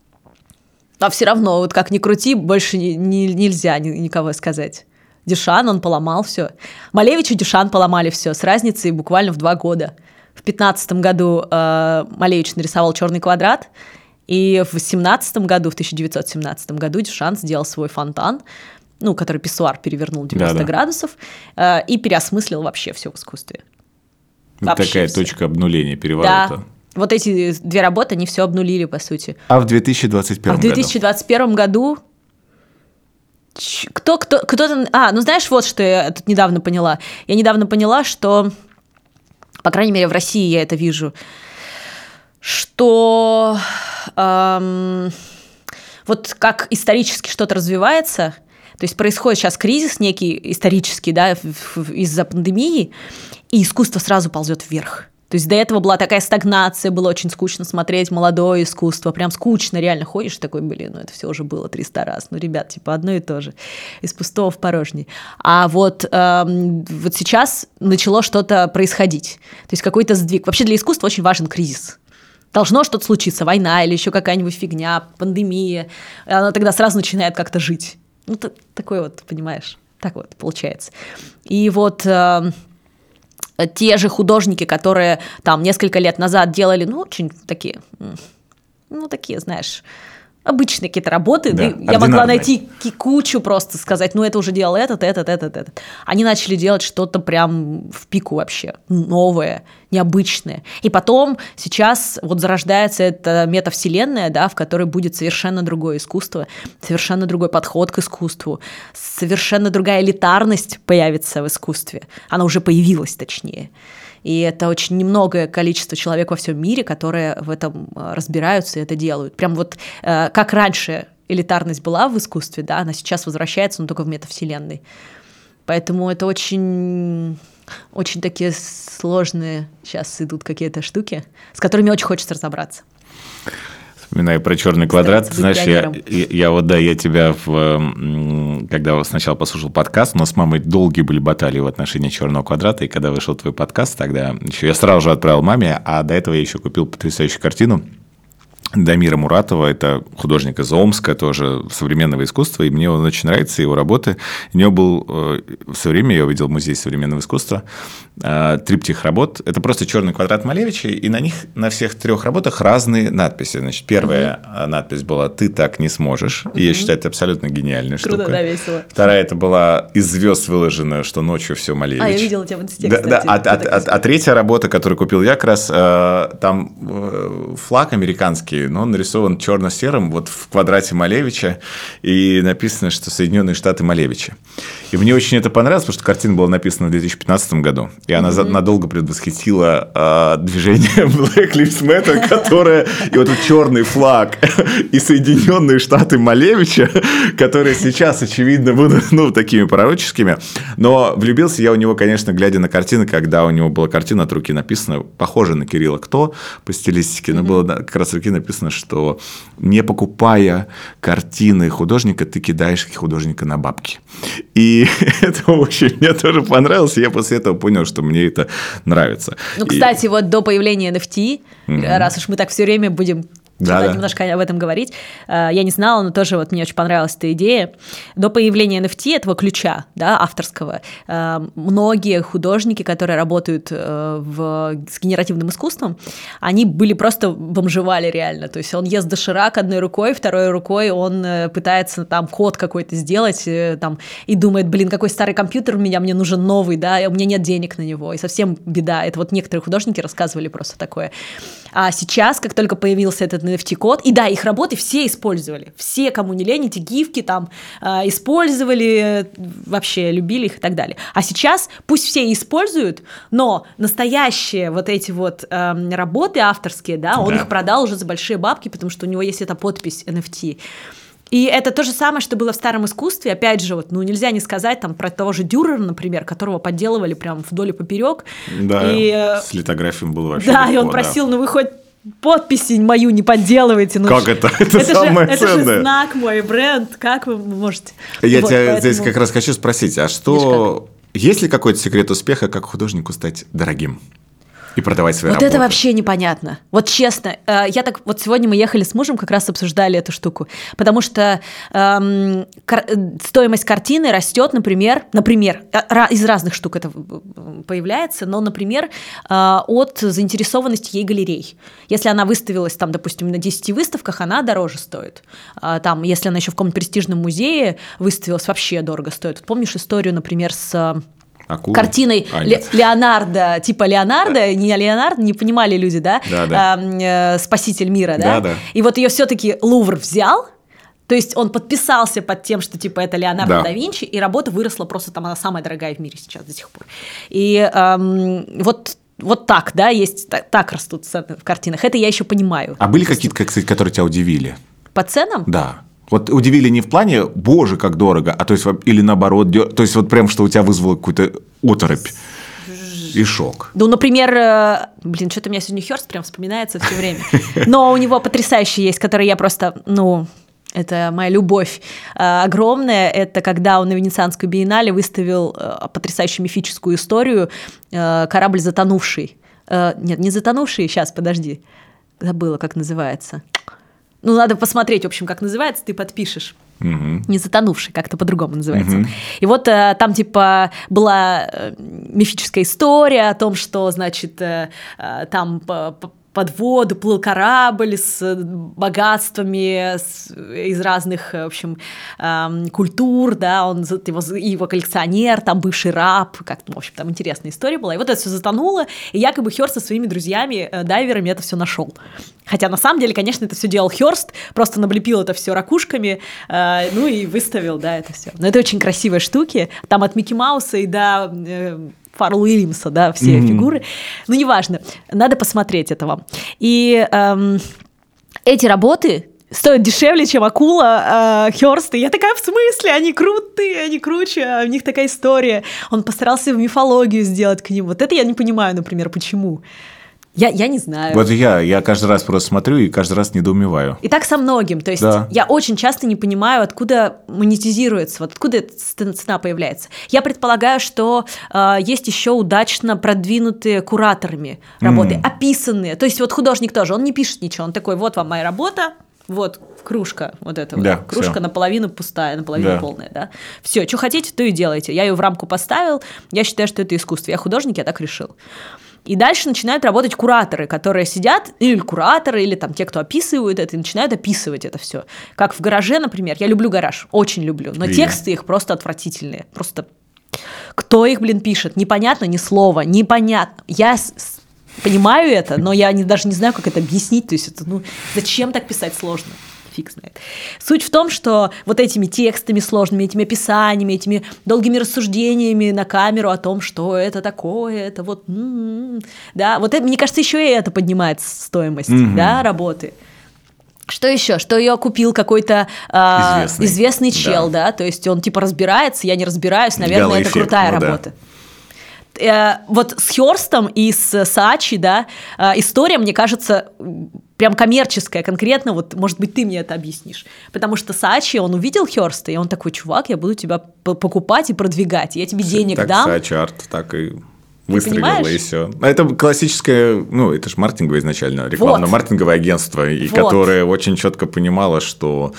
B: А все равно, вот как ни крути, больше не, не, нельзя никого сказать. Дюшан, он поломал все. Малевич и Дюшан поломали все с разницей буквально в два года. В пятнадцатом году э, Малевич нарисовал «Черный квадрат», и в семнадцатом году, в тысяча девятьсот семнадцатом году Дюшан сделал свой фонтан, ну, который писсуар перевернул девяносто да, да. градусов, э, и переосмыслил вообще все в искусстве.
A: Вообще такая
B: все.
A: Точка обнуления, переворота.
B: Да. Вот эти две работы, они все обнулили, по сути.
A: А в две тысячи двадцать первом году?
B: А в две тысячи двадцать первом году… Кто, кто, кто-то… А, ну знаешь, вот что я тут недавно поняла. Я недавно поняла, что, по крайней мере, в России я это вижу, что эм, вот как исторически что-то развивается… То есть происходит сейчас кризис некий исторический, да, из-за пандемии, и искусство сразу ползет вверх. То есть до этого была такая стагнация, было очень скучно смотреть молодое искусство, прям скучно, реально ходишь такой, блин, ну это все уже было триста раз, ну, ребят, типа одно и то же, из пустого в порожнее. А вот, эм, вот сейчас начало что-то происходить, то есть какой-то сдвиг. Вообще для искусства очень важен кризис. Должно что-то случиться, война или еще какая-нибудь фигня, пандемия, она тогда сразу начинает как-то жить. Ну, т- такой вот, понимаешь, так вот получается. И вот э, те же художники, которые там несколько лет назад делали, ну, очень такие, ну, такие, знаешь, обычные какие-то работы, да, да, я могла найти кучу просто сказать, ну, это уже делал этот, этот, этот, этот. Они начали делать что-то прям в пику вообще, новое, необычное. И потом сейчас вот зарождается эта метавселенная, да, в которой будет совершенно другое искусство, совершенно другой подход к искусству, совершенно другая элитарность появится в искусстве. Она уже появилась, точнее. И это очень немногое количество человек во всем мире, которые в этом разбираются и это делают. Прям вот э, как раньше элитарность была в искусстве, да, она сейчас возвращается, но только в метавселенной. Поэтому это очень, очень такие сложные сейчас идут какие-то штуки, с которыми очень хочется разобраться.
A: Вспоминаю про «Черный квадрат». Ты знаешь, я, я, я вот, да, я тебя, в, когда сначала послушал подкаст, но с мамой долгие были баталии в отношении «Черного квадрата», и когда вышел твой подкаст, тогда еще я сразу же отправил маме, а до этого я еще купил потрясающую картину Дамира Муратова, это художник из Омска, тоже современного искусства, и мне он очень нравится, его работы. У него был в свое время, я увидел в Музее современного искусства, триптих работ. Это просто «Черный квадрат» Малевича, и на них, на всех трех работах разные надписи. Значит, первая uh-huh. надпись была «Ты так не сможешь», uh-huh. и я считаю, это абсолютно гениальная
B: Круто,
A: штука.
B: Да, весело.
A: Вторая, это была «Из звезд выложено, что ночью все Малевич».
B: А, я видела тебя в институте,
A: да,
B: кстати.
A: Да, а, а, а, а третья работа, которую купил я, как раз там флаг американский, но он нарисован черно-серым вот в квадрате Малевича, и написано, что Соединенные Штаты Малевича. И мне очень это понравилось, потому что картина была написана в две тысячи пятнадцатом году, и она mm-hmm. надолго предвосхитила э, движение Black Lives Matter, которое... И вот этот черный флаг и Соединенные Штаты Малевича, которые сейчас, очевидно, будут, ну, такими пророческими. Но влюбился я у него, конечно, глядя на картины, когда у него была картина от руки написана, похожа на Кирилла Кто по стилистике, но mm-hmm. было как раз от руки написано, что не покупая картины художника, ты кидаешь художника на бабки. И это очень мне тоже понравилось, и я после этого понял, что мне это нравится.
B: Ну, кстати, и... вот до появления эн эф ти, mm-hmm. раз уж мы так все время будем... Да, да. немножко об этом говорить. Я не знала, но тоже вот мне очень понравилась эта идея. До появления эн эф ти, этого ключа, да, авторского, многие художники, которые работают в, с генеративным искусством, они были просто бомжевали реально. То есть он ест доширак одной рукой, второй рукой он пытается там код какой-то сделать там, и думает, блин, какой старый компьютер у меня, мне нужен новый, да, у меня нет денег на него, и совсем беда. Это вот некоторые художники рассказывали просто такое. А сейчас, как только появился этот эн эф ти-код, и да, их работы все использовали, все, кому не лень, эти гифки там э, использовали, вообще любили их и так далее. А сейчас пусть все используют, но настоящие вот эти вот э, работы авторские, да, он да. их продал уже за большие бабки, потому что у него есть эта подпись эн эф ти. И это то же самое, что было в старом искусстве. Опять же, вот, ну, нельзя не сказать там про того же Дюрера, например, которого подделывали прям вдоль и поперек.
A: Да,
B: и,
A: с литографией было вообще
B: Да,
A: легко,
B: и он просил, да. ну вы хоть подписи мою не подделывайте. Ну,
A: как это? Это, это самое
B: же,
A: ценное.
B: Это же знак мой, бренд. Как вы можете?
A: Я вот, тебя поэтому... здесь как раз хочу спросить, а что... Есть ли какой-то секрет успеха, как художнику стать дорогим? И продавать свои
B: вот
A: работы.
B: Вот это вообще непонятно. Вот честно, я так вот сегодня мы ехали с мужем, как раз обсуждали эту штуку, потому что эм, кар- стоимость картины растет, например, например, из разных штук это появляется, но, например, э, от заинтересованности ей галерей. Если она выставилась там, допустим, на десяти выставках, она дороже стоит. А, там, если она еще в каком-то престижном музее выставилась, вообще дорого стоит. Вот помнишь историю, например, с... Акулы? Картиной а, Ле- Леонардо, типа Леонардо, да. не Леонардо, не понимали люди, да,
A: да, да.
B: А, э, спаситель мира, да?
A: Да, да.
B: И вот ее все-таки Лувр взял, то есть он подписался под тем, что типа это Леонардо да. да Винчи, и работа выросла просто, там она самая дорогая в мире сейчас до сих пор. И эм, вот вот так, да, есть так, так растут цены в картинах. Это я еще понимаю.
A: А были какие-то, кстати, которые тебя удивили?
B: По ценам?
A: Да. Вот удивили не в плане, боже, как дорого, а то есть, или наоборот, то есть, вот прям, что у тебя вызвало какую-то оторопь и шок.
B: Ну, например, блин, что-то у меня сегодня Хёрст прям вспоминается все время, но у него потрясающий есть, который я просто, ну, это моя любовь огромная, это когда он на Венецианскую биеннале выставил потрясающую мифическую историю «Корабль затонувший». Нет, не затонувший, сейчас, подожди, забыла, как называется. Ну, надо посмотреть, в общем, как называется, ты подпишешь. Угу. Не затонувший, как-то по-другому называется. Угу. И вот э, там, типа, была э, мифическая история о том, что, значит, э, э, там... По, по, под воду плыл корабль с богатствами с, из разных, в общем, эм, культур, да, он, его, его коллекционер, там бывший раб, как-то, в общем, там интересная история была. И вот это все затонуло, и якобы Хёрст со своими друзьями, э, дайверами это все нашел. Хотя на самом деле, конечно, это все делал Хёрст, просто наблепил это все ракушками, э, ну и выставил, да, это все. Но это очень красивые штуки, там от Микки Мауса и до... Э, Фаррелла Уильямса, да, все mm-hmm. фигуры. Ну, неважно, надо посмотреть это вам. И эм, эти работы стоят дешевле, чем акула э, Хёрста. Я такая, в смысле? Они крутые, они круче, а у них такая история. Он постарался в мифологию сделать к ним. Вот это я не понимаю, например, почему. Я, я не знаю.
A: Вот я, я каждый раз просто смотрю и каждый раз недоумеваю.
B: И так со многим. То есть да. я очень часто не понимаю, откуда монетизируется, вот откуда эта цена появляется. Я предполагаю, что э, есть еще удачно продвинутые кураторами работы, mm. описанные. То есть вот художник тоже, он не пишет ничего, он такой, вот вам моя работа, вот кружка, вот эта да, вот, кружка всё. Наполовину пустая, наполовину да. полная, да. Все, что хотите, то и делайте. Я ее в рамку поставил, я считаю, что это искусство. Я художник, я так решил. И дальше начинают работать кураторы, которые сидят, или кураторы, или там те, кто описывают это, и начинают описывать это все. Как в «Гараже», например. Я люблю «Гараж», очень люблю, но Видно. Тексты их просто отвратительные. Просто кто их, блин, пишет? Непонятно ни слова, непонятно. Я с- с- понимаю это, но я не, даже не знаю, как это объяснить. То есть это, ну, зачем так писать сложно? фиг знает. Суть в том, что вот этими текстами сложными, этими описаниями, этими долгими рассуждениями на камеру о том, что это такое, это вот... М-м-м, да, вот это, мне кажется, еще и это поднимает стоимость, mm-hmm. да, работы. Что еще? Что ее купил какой-то э, известный. известный чел, да. да, то есть он типа разбирается, я не разбираюсь, наверное, Галый это эффект, крутая ну, работа. Да. Э, вот с Хёрстом и с Саачи, да, э, история, мне кажется, прям коммерческая, конкретно, вот, может быть, ты мне это объяснишь. Потому что Саачи, он увидел Хёрста, и он такой, чувак, я буду тебя покупать и продвигать, я тебе денег
A: так
B: дам.
A: Саачи Арт, так и... Выстрелила, и все. Это классическое, ну, это же маркетинговое изначально, рекламно-маркетинговое вот. агентство, и вот. которое очень четко понимало, что...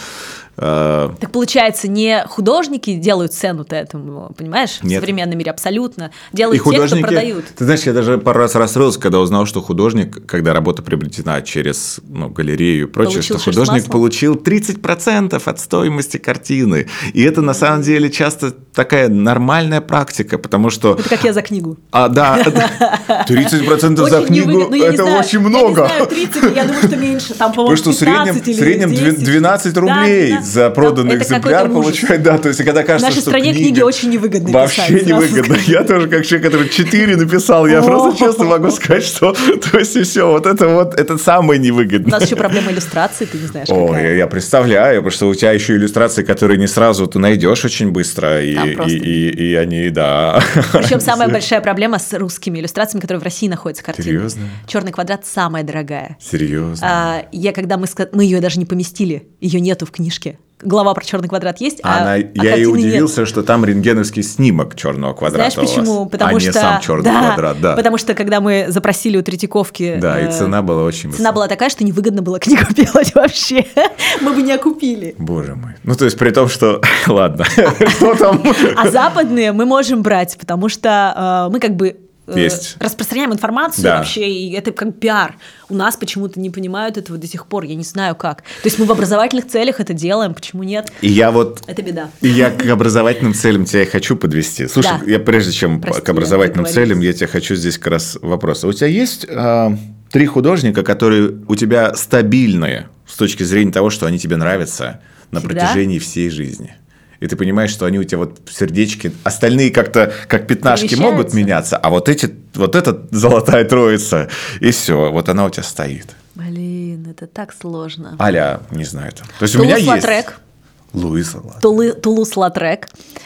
A: Э...
B: Так получается, не художники делают цену-то этому, понимаешь, в Нет. современном мире абсолютно. Делают те, кто продают.
A: Ты знаешь, я даже пару раз расстроился, когда узнал, что художник, когда работа приобретена через ну, галерею и прочее, получил что художник маслом. получил тридцать процентов от стоимости картины. И это на самом деле часто такая нормальная практика, потому что...
B: Это как я за книгу.
A: А, да, тридцать процентов за книгу – это очень много.
B: Я не знаю, тридцать, я думаю, что меньше, там, по-моему,
A: пятнадцать или в среднем двенадцать рублей за проданный это экземпляр получает, да, то есть когда кажется, что
B: в нашей стране
A: книга...
B: книги очень невыгодно
A: вообще
B: писать.
A: Вообще невыгодно. Я тоже как человек, который четыре написал, я просто честно могу сказать, что то есть и все, вот это вот, это самое невыгодное.
B: У нас еще проблема иллюстрации, ты не знаешь,
A: Ой,
B: какая.
A: я представляю, потому что у тебя еще иллюстрации, которые не сразу ты найдешь очень быстро, и, и, и, и они, да.
B: Причем самая большая проблема с русскими иллюстрациями, которые в России находятся, картины.
A: Серьезно?
B: «Черный квадрат» самая дорогая.
A: Серьезно?
B: А, я когда мы, мы ее даже не поместили, ее нету в книжке. Глава про черный квадрат есть,
A: Она,
B: а,
A: я
B: а
A: и удивился,
B: нет.
A: что там рентгеновский снимок черного квадрата.
B: Знаешь почему? Потому
A: а
B: что,
A: не сам черный
B: да,
A: квадрат, да.
B: Потому что когда мы запросили у Третьяковки,
A: да, э, и цена была очень
B: цена
A: высокая.
B: была такая, что невыгодно было книгу делать вообще. Мы бы не окупили.
A: Боже мой. Ну, то есть при том, что... Ладно, что там?
B: А западные мы можем брать, потому что мы как бы...
A: Есть.
B: распространяем информацию да. вообще, и это как пиар. У нас почему-то не понимают этого до сих пор, я не знаю как. То есть мы в образовательных целях это делаем, почему нет?
A: И я вот...
B: Это беда.
A: И я к образовательным целям тебя и хочу подвести. Слушай, да. я прежде чем Прости, к образовательным целям, я тебе хочу здесь как раз вопрос. У тебя есть э, три художника, которые у тебя стабильные с точки зрения того, что они тебе нравятся на Всегда? протяжении всей жизни? И ты понимаешь, что они у тебя вот в сердечке, остальные как-то как пятнашки могут меняться, а вот эти, вот эта золотая троица, и все, вот она у тебя стоит.
B: Блин, это так сложно.
A: А-ля, не знаю. Там. То есть у меня есть...
B: Латрек.
A: Луис Латрек.
B: Тулы, Тулус-Латрек.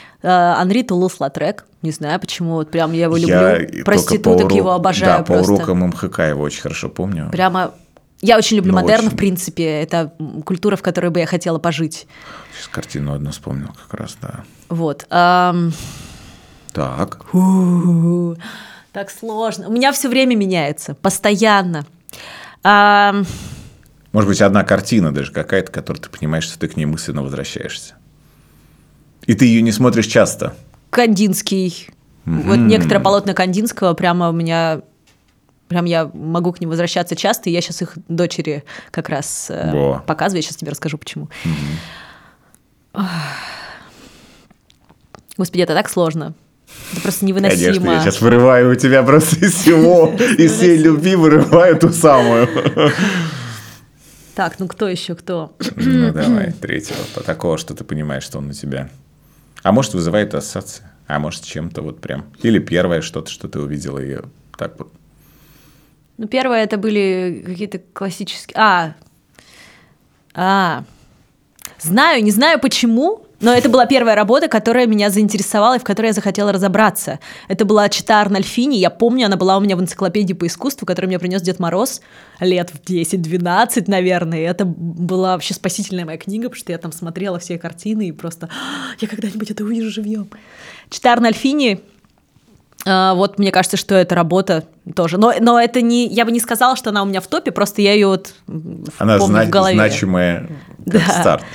B: Анри Тулус-Латрек. Не знаю, почему, вот прям я его люблю.
A: Я
B: Проституток урок... его обожаю
A: да,
B: просто.
A: по урокам МХК его очень хорошо помню.
B: Прямо... Я очень люблю
A: Но
B: модерн,
A: очень...
B: в принципе. Это культура, в которой бы я хотела пожить.
A: Сейчас картину одну вспомнил как раз, да.
B: Вот. Эм...
A: Так.
B: У-у-у. Так сложно. У меня все время меняется. Постоянно. Эм...
A: Может быть, одна картина даже какая-то, которую ты понимаешь, что ты к ней мысленно возвращаешься. И ты ее не смотришь часто.
B: Кандинский. Mm-hmm. Вот некоторые полотна Кандинского прямо у меня... Прям я могу к ним возвращаться часто, и я сейчас их дочери как раз э, показываю. Я сейчас тебе расскажу, почему. Mm-hmm. Господи, это так сложно. Это просто невыносимо.
A: Конечно, я сейчас вырываю у тебя просто из всего, из всей любви вырываю ту самую.
B: Так, ну кто еще, кто?
A: Ну давай, третьего. Такого, что ты понимаешь, что он у тебя. А может, вызывает ассоциации, а может, чем-то вот прям. Или первое что-то, что ты увидела, и так вот.
B: Ну, первое это были какие-то классические... А, а, знаю, не знаю почему, но это была первая работа, которая меня заинтересовала и в которой я захотела разобраться. Это была Чита Арнольфини, я помню, она была у меня в энциклопедии по искусству, которую мне принес Дед Мороз лет в десять-двенадцать, наверное. И это была вообще спасительная моя книга, потому что я там смотрела все картины и просто... Я когда-нибудь это увижу живьем. Чита Арнольфини... Uh, вот мне кажется, что эта работа тоже. Но, но это не. Я бы не сказала, что она у меня в топе, просто я ее вот
A: она
B: помню
A: зна-
B: в голове.
A: Значимая как
B: да.
A: старт.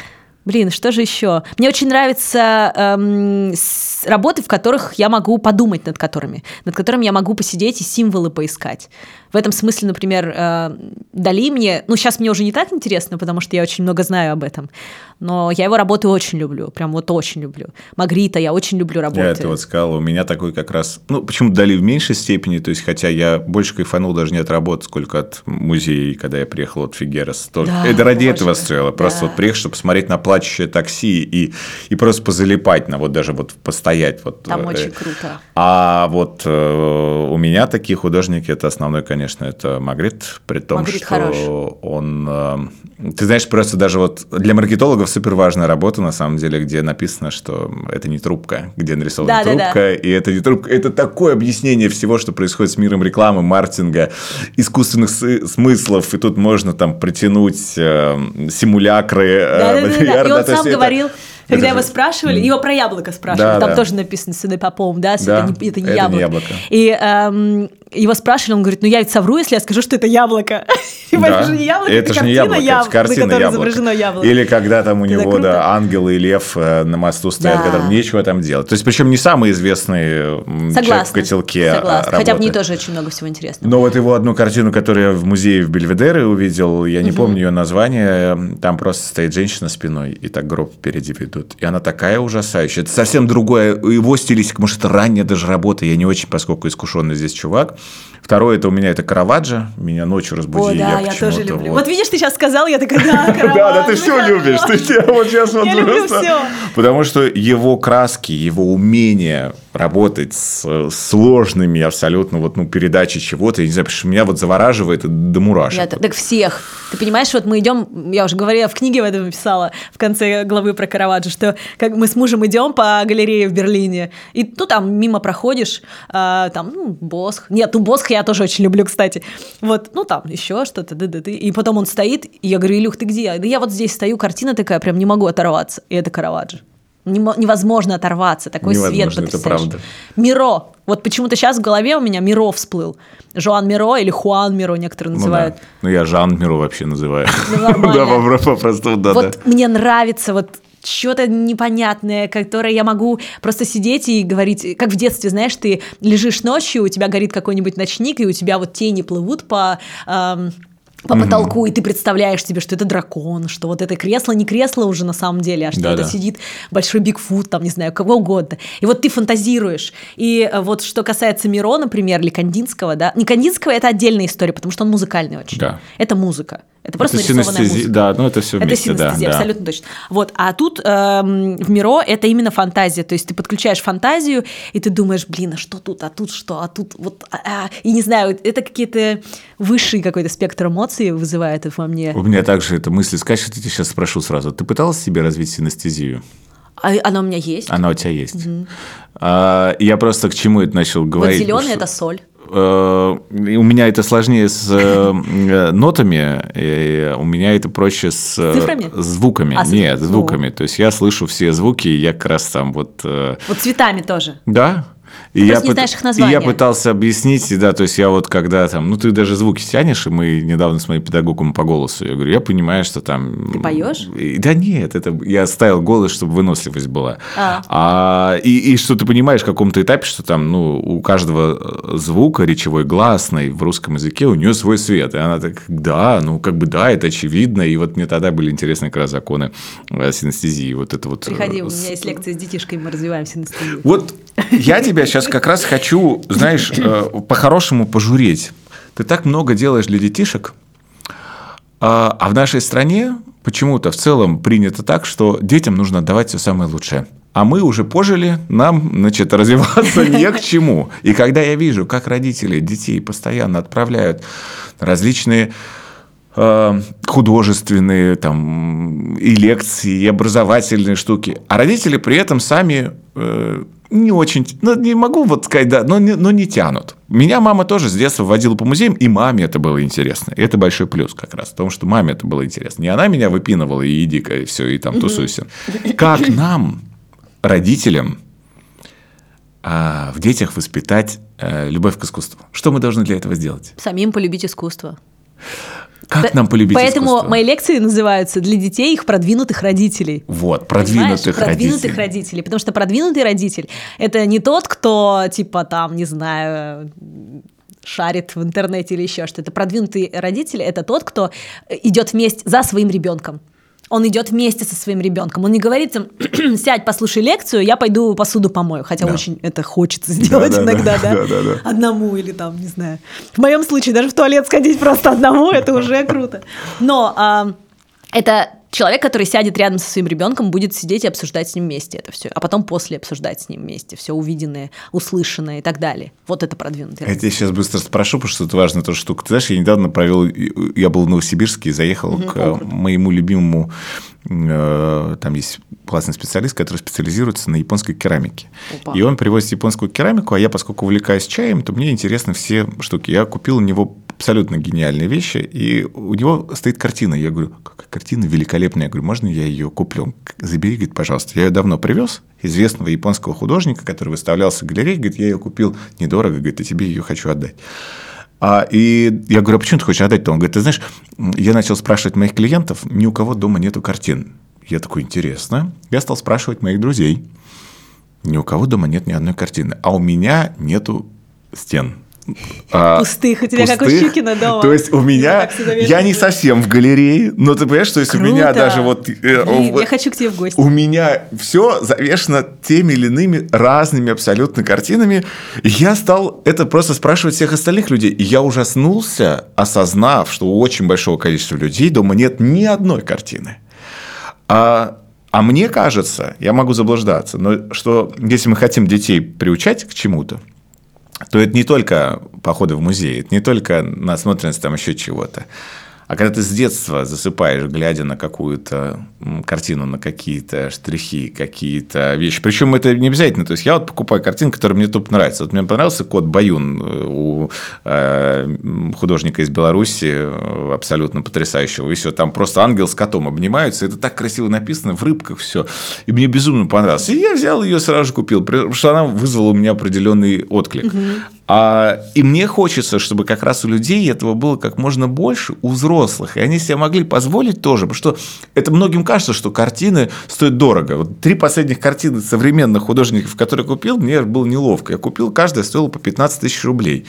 B: Блин, что же еще? Мне очень нравятся эм, с- работы, в которых я могу подумать над которыми, над которыми я могу посидеть и символы поискать. В этом смысле, например, э, Дали мне... Ну, сейчас мне уже не так интересно, потому что я очень много знаю об этом, но я его работы очень люблю, прям вот очень люблю. Магрита, я очень люблю работы.
A: Я это вот сказал, у меня такой как раз... Ну, почему Дали в меньшей степени, то есть, хотя я больше кайфанул даже не от работы, сколько от музея, когда я приехал от Фигерас.
B: Да,
A: это ради
B: боже.
A: этого стоило. Просто
B: Да.
A: вот приехать, чтобы посмотреть на плачущее такси и, и просто позалипать, на вот даже вот постоять. Вот,
B: Там
A: э,
B: очень круто.
A: А вот э, у меня такие художники, это основной, конечно, это Магрит, при том,
B: Магрит
A: что
B: хорош.
A: он... э, ты знаешь, просто даже вот для маркетологов супер важная работа, на самом деле, где написано, что это не трубка, где нарисована
B: Да, да,
A: трубка,
B: да.
A: и это не трубка. Это такое объяснение всего, что происходит с миром рекламы, маркетинга, искусственных с- смыслов, и тут можно там притянуть э, симулякры. э,
B: Да-да-да. И
A: наверное,
B: он
A: то есть
B: сам
A: это-
B: говорил, когда
A: это
B: его
A: же-
B: спрашивали, его про яблоко спрашивали,
A: Да,
B: там
A: да.
B: тоже написано «Сыны попом», да,
A: Да,
B: это не, это не
A: это не
B: яблоко.
A: яблоко.
B: И эм, его спрашивали, он говорит, ну я ведь совру, если я скажу, что это яблоко. Типа,
A: Да.
B: это же не яблоко,
A: это же не
B: картина,
A: яблоко,
B: яб-
A: это картина
B: на которой
A: яблоко.
B: изображено яблоко.
A: Или когда там у
B: Это
A: него,
B: круто.
A: да, ангел и лев э, на мосту стоят,
B: Да.
A: которым нечего там делать. То есть, причем не самый известный м, человек в
B: Согласна,
A: котелке. а,
B: согласна. Хотя в
A: работы.
B: ней тоже очень много всего интересного.
A: Но вот его одну картину, которую я в музее в Бельведере увидел, я не помню ее название, там просто стоит женщина спиной, и так гроб впереди ведут. И она такая ужасающая. Это совсем другое. Его стилистика, может, это ранняя даже работа, я не очень, поскольку искушенный здесь чувак. Второе, это у меня это Караваджо, меня ночью разбуди.
B: О, да,
A: я,
B: я тоже
A: почему-то
B: люблю.
A: вот-
B: Вот видишь, ты сейчас сказал, я такая, да,
A: Да, да, ты
B: Караваджо,
A: все любишь. Ты я вот сейчас вот
B: Я люблю
A: просто-
B: всё.
A: Потому что его краски, его умение работать с сложными абсолютно вот, ну, передачей чего-то, я не знаю, потому что меня вот завораживает до мурашек.
B: Я- так всех. Ты понимаешь, вот мы идем, я уже говорила, в книге в этом написала, в конце главы про Караваджо, что как мы с мужем идем по галерее в Берлине, и ну там мимо проходишь, а, там, ну, Босх. Нет, ну Босх я тоже очень люблю, кстати. Вот, ну там еще что-то, да-да-да. И потом он стоит, и я говорю, Илюх, ты где? Да я вот здесь стою, картина такая, прям не могу оторваться. И это Караваджо. Немо- Невозможно оторваться, такой свет
A: Невозможно, это
B: потрясающий.
A: правда.
B: Миро. Вот почему-то сейчас в голове у меня Миро всплыл. Жоан Миро или Хуан Миро некоторые
A: Ну,
B: называют.
A: да. Ну, я Жан Миро вообще называю.
B: Ну, нормально.
A: Да, попро- попросту, да,
B: вот
A: да.
B: мне нравится вот что-то непонятное, которое я могу просто сидеть и говорить, как в детстве, знаешь, ты лежишь ночью, у тебя горит какой-нибудь ночник, и у тебя вот тени плывут по... эм, по потолку, и ты представляешь себе, что это дракон, что вот это кресло не кресло уже на самом деле, а что
A: Да-да.
B: это сидит большой Бигфут, там, не знаю, кого угодно. И вот ты фантазируешь. И э, вот что касается Миро, например, или Кандинского, да, не Кандинского, это отдельная история, потому что он музыкальный очень.
A: Да.
B: Это музыка. Это просто
A: Это
B: нарисованная
A: синестези-
B: музыка.
A: Да, ну это все
B: Это
A: вместе, да,
B: синестезия,
A: да.
B: абсолютно точно. Вот, а тут эм, в Миро это именно фантазия, то есть ты подключаешь фантазию, и ты думаешь, блин, а что тут, а тут что, а тут вот, а, а. И не знаю, это какие-то высший какой-то спектр эмоций вызывает это во мне.
A: У меня также эта мысль скачет, я тебя сейчас спрошу сразу. Ты пыталась себе развить синестезию?
B: А, она у меня есть.
A: Она у тебя есть. А, я просто к чему это начал
B: Вот
A: говорить?
B: зеленый
A: потому
B: это
A: что,
B: соль.
A: э, У меня это сложнее с э, э, нотами, и у меня это проще с э,
B: Цифрами?
A: звуками.
B: А, с-
A: Нет,
B: ну.
A: звуками. То есть я слышу все звуки, и я как раз там вот... э,
B: Вот цветами тоже.
A: Да. И
B: просто
A: я,
B: не
A: пыт-
B: знаешь их
A: и
B: названия.
A: я пытался объяснить, и да, то есть я вот когда там, ну ты даже звуки тянешь, и мы недавно с моим педагогом по голосу, я говорю, я понимаю, что там...
B: Ты поешь?
A: И- да нет, это я ставил голос, чтобы выносливость была.
B: А.
A: А, и, и что ты понимаешь в каком-то этапе, что там, ну, у каждого звука, речевой, гласной в русском языке, у нее свой свет. И она так, да, ну как бы да, это очевидно. И вот мне тогда были интересны как раз законы э, синестезии. Вот это вот...
B: Приходи,
A: э,
B: у
A: с-
B: меня есть лекция с детишкой, мы развиваем синестезию.
A: Вот я тебя сейчас как раз хочу, знаешь, э, по-хорошему пожуреть. Ты так много делаешь для детишек, а а в нашей стране почему-то в целом принято так, что детям нужно отдавать все самое лучшее. А мы уже пожили, нам, значит, развиваться не к чему. И когда я вижу, как родители детей постоянно отправляют на различные э, художественные там, и лекции, и образовательные штуки, а родители при этом сами э, не очень, ну, не могу вот сказать, да, но не, но не тянут. Меня мама тоже с детства водила по музеям, и маме это было интересно. И это большой плюс как раз, потому что маме это было интересно. Не она меня выпинывала, и иди-ка, и все, и там тусуйся. Как нам, родителям, а, в детях воспитать а, любовь к искусству? Что мы должны для этого сделать?
B: Самим полюбить искусство.
A: Как нам полюбить
B: Поэтому
A: искусство?
B: мои лекции называются «Для детей их продвинутых родителей».
A: Вот, продвинутых
B: Понимаешь?
A: родителей.
B: Продвинутых родителей. Потому что продвинутый родитель – это не тот, кто, типа, там, не знаю, шарит в интернете или еще что-то. Продвинутый родитель – это тот, кто идет вместе за своим ребенком. Он идет вместе со своим ребенком. Он не говорит им: сядь, послушай лекцию, я пойду посуду помою. Хотя да. очень это хочется сделать да, иногда, да, да? Да, да, да. Одному или там, не знаю. В моем случае даже в туалет сходить просто одному, это уже круто. Но а, это человек, который сядет рядом со своим ребенком, будет сидеть и обсуждать с ним вместе это все, а потом после обсуждать с ним вместе все увиденное, услышанное и так далее. Вот это продвинутый.
A: Я тебя сейчас быстро спрошу, потому что это важная тоже штука. Ты знаешь, я недавно провел, я был в Новосибирске и заехал угу, к о, моему любимому, э, там есть классный специалист, который специализируется на японской керамике. Опа. И он привозит японскую керамику, а я, поскольку увлекаюсь чаем, то мне интересны все штуки. Я купил у него абсолютно гениальные вещи, и у него стоит картина. Я говорю: какая картина великолепная. Я говорю: можно я ее куплю? Забери, говорит, пожалуйста. Я ее давно привез, известного японского художника, который выставлялся в галерее. Говорит: я ее купил недорого, говорит, и тебе ее хочу отдать. А, и я говорю: а почему ты хочешь отдать-то? Он говорит: ты знаешь, я начал спрашивать моих клиентов, ни у кого дома нету картин. Я такой: интересно. Я стал спрашивать моих друзей. Ни у кого дома нет ни одной картины. А у меня нету стен.
B: Пустых, у тебя пустых, как у Щукина дома.
A: То есть у меня, я не совсем в галерее, но ты понимаешь, что если у меня даже вот...
B: Блин, я хочу к тебе в гости.
A: У меня все завешено теми или иными разными абсолютно картинами, и я стал это просто спрашивать всех остальных людей, и я ужаснулся, осознав, что у очень большого количества людей дома нет ни одной картины. А... А мне кажется, я могу заблуждаться, но что если мы хотим детей приучать к чему-то, то это не только походы в музей, это не только насмотренность там еще чего-то. А когда ты с детства засыпаешь, глядя на какую-то картину, на какие-то штрихи, какие-то вещи. Причем это не обязательно. То есть я вот покупаю картину, которая мне тупо нравится. Вот мне понравился кот Баюн у художника из Беларуси, абсолютно потрясающего. И все, там просто ангел с котом обнимаются. Это так красиво написано, в рыбках все. И мне безумно понравилось. И я взял ее, сразу же купил, потому что она вызвала у меня определенный отклик. Угу. А, и мне хочется, чтобы как раз у людей этого было как можно больше, у взрослых, и они себе могли позволить тоже, потому что это многим кажется, что картины стоят дорого. Вот три последних картины современных художников, которые я купил, мне было неловко. Я купил, каждая стоила по пятнадцать тысяч рублей.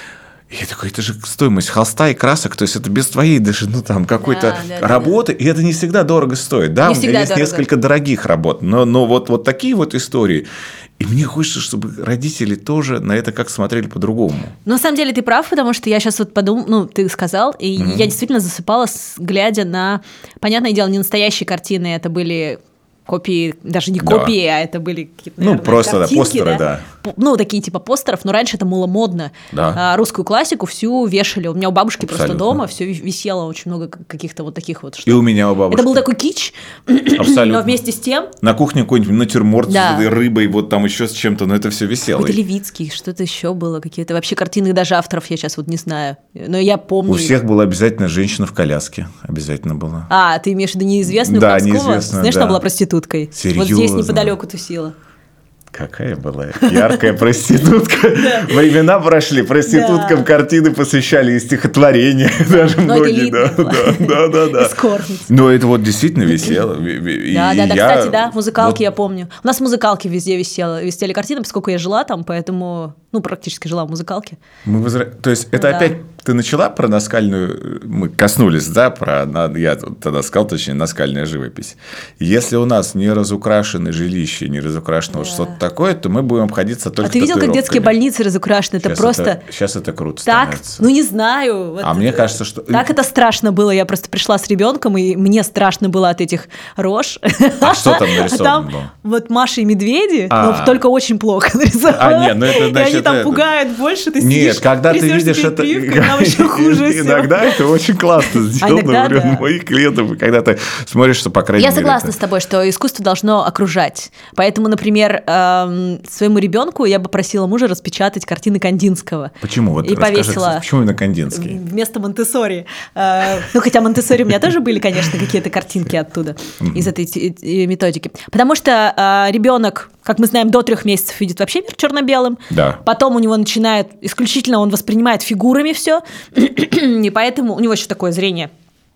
A: И я такой: это же стоимость холста и красок, то есть это без твоей даже, ну, там, какой-то да, да, работы, да, да. И это не всегда дорого стоит. Да, не у меня есть дорого. Несколько дорогих работ, но, но вот, вот такие вот истории. И мне хочется, чтобы родители тоже на это как смотрели по-другому.
B: Ну, на самом деле ты прав, потому что я сейчас вот подумал, ну, ты сказал, и mm-hmm. я действительно засыпала, глядя на, понятное дело, не настоящие картины, это были... копии, даже не копии, да. а это были какие-то, наверное,
A: ну, просто,
B: картинки,
A: да, постеры, да.
B: да. Ну, такие типа постеров, но раньше это было модно.
A: Да.
B: А, русскую классику всю вешали. У меня у бабушки
A: абсолютно.
B: Просто дома все висело, очень много каких-то вот таких вот штук.
A: И у меня у бабушки.
B: Это был такой кич,
A: абсолютно.
B: Но вместе с тем...
A: На кухне какой-нибудь натюрморт да. с этой рыбой, вот там еще с чем-то, но это все висело.
B: Какой-то Левицкий, что-то еще было, какие-то вообще картины, даже авторов я сейчас вот не знаю, но я помню.
A: У всех была обязательно женщина в коляске, обязательно была.
B: А, ты имеешь в виду неизвестную
A: да,
B: Хомского?
A: неизвестную,
B: Знаешь,
A: да.
B: она была проституткой.
A: Серьезно?
B: Вот здесь неподалеку тусила.
A: Какая была яркая проститутка. Времена прошли, проституткам картины посвящали и стихотворения. Даже многие. Да, да, да. Но это вот действительно висело.
B: Да, да, да. Кстати, да, музыкалки я помню. У нас музыкалки везде висели картины, поскольку я жила там, поэтому, ну, практически жила в музыкалке.
A: То есть это опять ты начала про наскальную, мы коснулись, да, про, я тогда сказал, точнее, наскальная живопись. Если у нас не разукрашены жилища, не разукрашено да. что-то такое, то мы будем обходиться только
B: А ты видел, как детские больницы разукрашены? Это
A: сейчас
B: просто...
A: Это, сейчас это круто
B: так,
A: становится.
B: Ну, не знаю. Вот
A: а
B: это...
A: мне кажется, что...
B: Так это страшно было. Я просто пришла с ребенком, и мне страшно было от этих рож.
A: А что там нарисовано
B: там
A: было?
B: Вот Маша и медведи,
A: а.
B: но только очень плохо нарисованы.
A: А, нет, ну это значит...
B: И они там
A: это...
B: пугают больше, ты
A: нет,
B: сидишь,
A: когда ты видишь это...
B: Нам еще хуже.
A: Иногда это очень классно сделано.
B: А иногда, да.
A: Моих клиентов, когда ты смотришь, что, по крайней
B: Я
A: мере...
B: Я согласна это... с тобой, что искусство должно окружать. Поэтому, например, эм, своему ребенку я бы просила мужа распечатать картины Кандинского.
A: Почему? Вот
B: и
A: расскажи,
B: повесила.
A: Почему именно Кандинский?
B: Вместо Монтессори. Э, ну, хотя Монтессори у меня тоже были, конечно, какие-то картинки оттуда, из этой методики. Потому что э, ребенок Как мы знаем, до трех месяцев видит вообще мир черно-белым.
A: Да.
B: Потом у него начинает, исключительно он воспринимает фигурами все, и поэтому у него еще такое зрение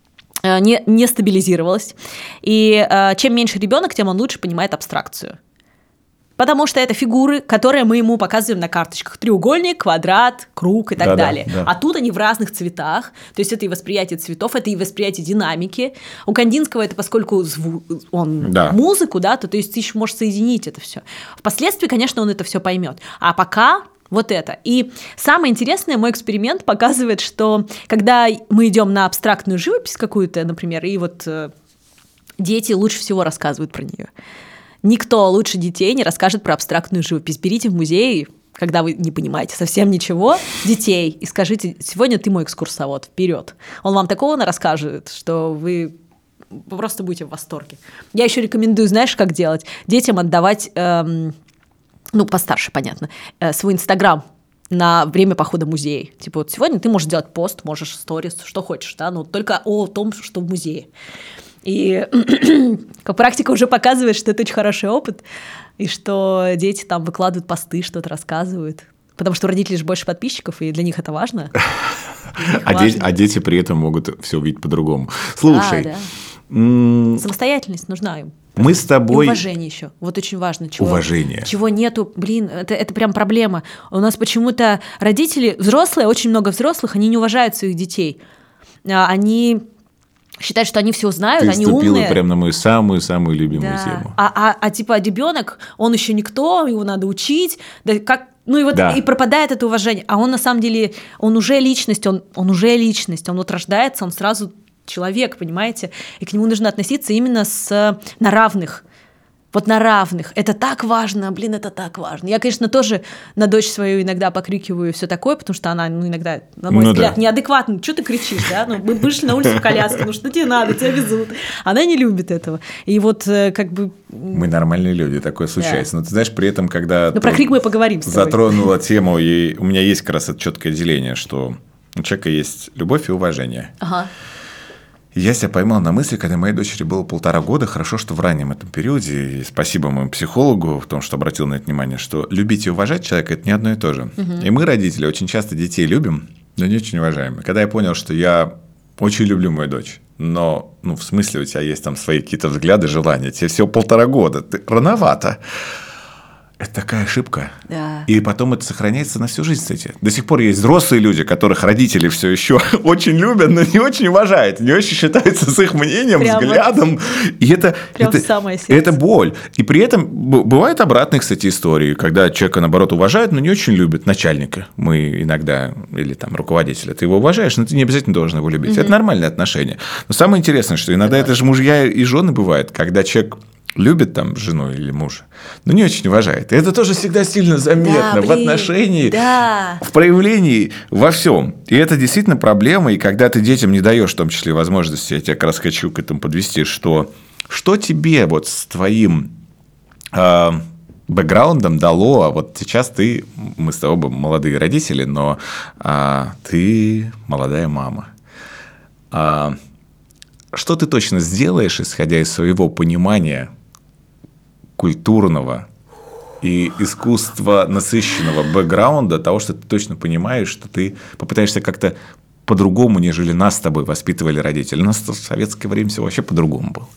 B: не, не стабилизировалось. И э, чем меньше ребенок, тем он лучше понимает абстракцию. Потому что это фигуры, которые мы ему показываем на карточках. Треугольник, квадрат, круг и так
A: да,
B: далее.
A: Да, да.
B: А тут они в разных цветах. То есть это и восприятие цветов, это и восприятие динамики. У Кандинского это, поскольку зву- он
A: да.
B: музыку, да, то, то есть ты еще можешь соединить это все. Впоследствии, конечно, он это все поймет. А пока вот это. И самое интересное, мой эксперимент показывает, что когда мы идем на абстрактную живопись какую-то, например, и вот э, дети лучше всего рассказывают про нее. Никто лучше детей не расскажет про абстрактную живопись. Берите в музей, когда вы не понимаете совсем ничего, детей, и скажите: сегодня ты мой экскурсовод, вперед. Он вам такого расскажет, что вы просто будете в восторге. Я еще рекомендую, знаешь, как делать? Детям отдавать, эм, ну, постарше, понятно, э, свой Инстаграм на время похода в музей. Типа вот сегодня ты можешь делать пост, можешь сторис, что хочешь, да, но только о том, что в музее. И практика уже показывает, что это очень хороший опыт, и что дети там выкладывают посты, что-то рассказывают. Потому что у родителей же больше подписчиков, и для них это важно.
A: А, важно. Дети, а дети при этом могут все увидеть по-другому. Слушай.
B: Да, да. М- Самостоятельность нужна им.
A: Мы с тобой...
B: И уважение еще. Вот очень важно. Чего,
A: уважение.
B: Чего нету. Блин, это, это прям проблема. У нас почему-то родители, взрослые, очень много взрослых, они не уважают своих детей. Они... считают, что они все знают,
A: Ты
B: они умные.
A: Ты ступила прям на мою самую-самую любимую
B: да.
A: тему.
B: А, а, а типа ребенок, он еще никто, его надо учить. Да, как, ну и вот
A: да.
B: и пропадает это уважение. А он на самом деле, он уже личность, он, он уже личность. Он вот рождается, он сразу человек, понимаете? И к нему нужно относиться именно с, на равных. Вот на равных. Это так важно, блин, это так важно. Я, конечно, тоже на дочь свою иногда покрикиваю и все такое, потому что она, ну, иногда, на мой
A: ну,
B: взгляд,
A: да.
B: неадекватна. Что ты кричишь, да? Ну, мы вышли на улицу в коляске, ну что тебе надо, тебя везут. Она не любит этого. И вот как бы...
A: Мы нормальные люди, такое случается. Да. Но ты знаешь, при этом, когда...
B: Ну, про крик мы поговорим с тобой.
A: Затронула тему, и у меня есть как раз это четкое деление, что у человека есть любовь и уважение.
B: Ага.
A: Я себя поймал на мысли, когда моей дочери было полтора года, хорошо, что в раннем этом периоде, и спасибо моему психологу в том, что обратил на это внимание, что любить и уважать человека – это не одно и то же. Угу. И мы, родители, очень часто детей любим, но не очень уважаем. И когда я понял, что я очень люблю мою дочь, но, ну, в смысле, у тебя есть там свои какие-то взгляды, желания, тебе всего полтора года, ты рановато. Это такая ошибка.
B: Да.
A: И потом это сохраняется на всю жизнь, кстати. До сих пор есть взрослые люди, которых родители все еще очень любят, но не очень уважают, не очень считаются с их мнением, прямо взглядом. И это, это, это боль. И при этом бывают обратные, кстати, истории, когда человека, наоборот, уважают, но не очень любят начальника. Мы иногда, или там руководителя, ты его уважаешь, но ты не обязательно должен его любить. Угу. Это нормальные отношения. Но самое интересное, что иногда это, это же мужья и жены бывает, когда человек... любит там жену или мужа, но не очень уважает. И это тоже всегда сильно заметно да, в отношении,
B: да.
A: в проявлении, во всем. И это действительно проблема. И когда ты детям не даешь, в том числе, возможности, я тебя как раз хочу к этому подвести, что, что тебе вот с твоим э, бэкграундом дало, а вот сейчас ты, мы с тобой молодые родители, но э, ты молодая мама. Э, что ты точно сделаешь, исходя из своего понимания культурного и искусства насыщенного бэкграунда, того, что ты точно понимаешь, что ты попытаешься как-то по-другому, нежели нас с тобой воспитывали родители. У нас в советское время все вообще по-другому было.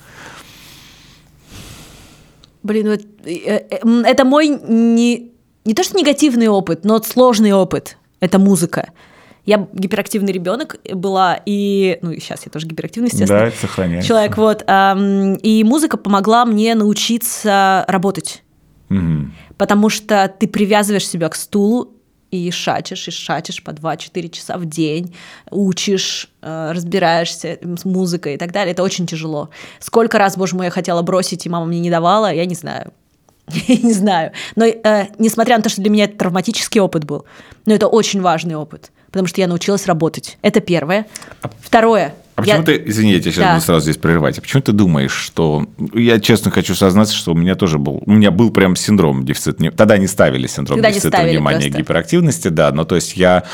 B: Блин, вот, это мой не, не то что негативный опыт, но сложный опыт. Это музыка. Я гиперактивный ребенок была, и ну, сейчас я тоже гиперактивный, естественно.
A: Да, это сохраняется.
B: Человек, вот. Эм, и музыка помогла мне научиться работать.
A: Угу.
B: Потому что ты привязываешь себя к стулу и шачешь, и шачешь по два-четыре часа в день, учишь, э, разбираешься с музыкой и так далее. Это очень тяжело. Сколько раз, боже мой, я хотела бросить, и мама мне не давала, я не знаю. Я не знаю. Но э, несмотря на то, что для меня это травматический опыт был, но это очень важный опыт. Потому что я научилась работать. Это первое. Второе.
A: А почему
B: я...
A: ты, извини, я тебя сейчас
B: да.
A: буду сразу здесь прерывать, а почему ты думаешь, что... Я честно хочу сознаться, что у меня тоже был... У меня был прям синдром дефицита... Тогда не ставили синдром
B: Тогда
A: дефицита
B: ставили
A: внимания
B: просто.
A: Гиперактивности, да, но то есть я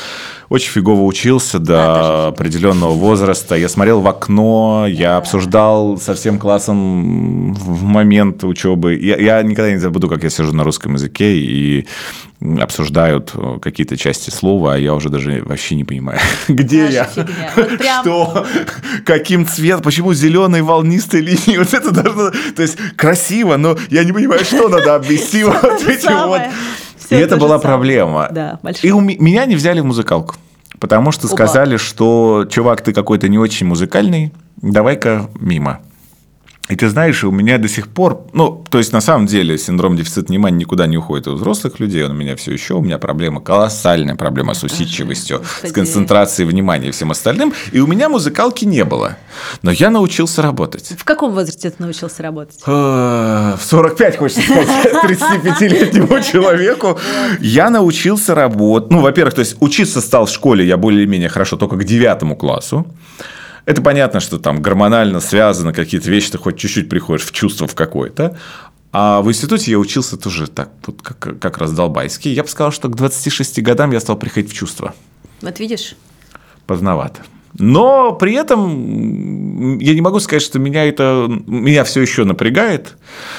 A: очень фигово учился до
B: Да,
A: определенного возраста. Я смотрел в окно, я обсуждал со всем классом в момент учебы. Я, я никогда не забуду, как я сижу на русском языке и обсуждают какие-то части слова, а я уже даже вообще не понимаю, где
B: Даже
A: я,
B: фигня. Вот прям...
A: что, каким цветом, почему зеленой волнистой линии. Вот это должно... То есть красиво, но я не понимаю, что надо обвести вот этим вот. И это была проблема.
B: Да,
A: и у меня не взяли в музыкалку, потому что сказали, что, чувак, ты какой-то не очень музыкальный, давай-ка мимо. И ты знаешь, у меня до сих пор, ну, то есть, на самом деле, синдром дефицита внимания никуда не уходит у взрослых людей, он у меня все еще, у меня проблема, колоссальная проблема с усидчивостью, с концентрацией внимания и всем остальным, и у меня музыкалки не было, но я научился работать.
B: В каком возрасте ты научился работать?
A: В сорок пять, хочется сказать, тридцатипятилетнему человеку я научился работать, ну, во-первых, то есть, учиться стал в школе я более-менее хорошо только к девятому классу. Это понятно, что там гормонально связано, какие-то вещи, ты хоть чуть-чуть приходишь в чувство в какое-то. А в институте я учился тоже так, вот как, как раздолбайский. Я бы сказал, что к двадцати шести годам я стал приходить в чувство.
B: Вот видишь?
A: Поздновато. Но при этом я не могу сказать, что меня это меня все еще напрягает.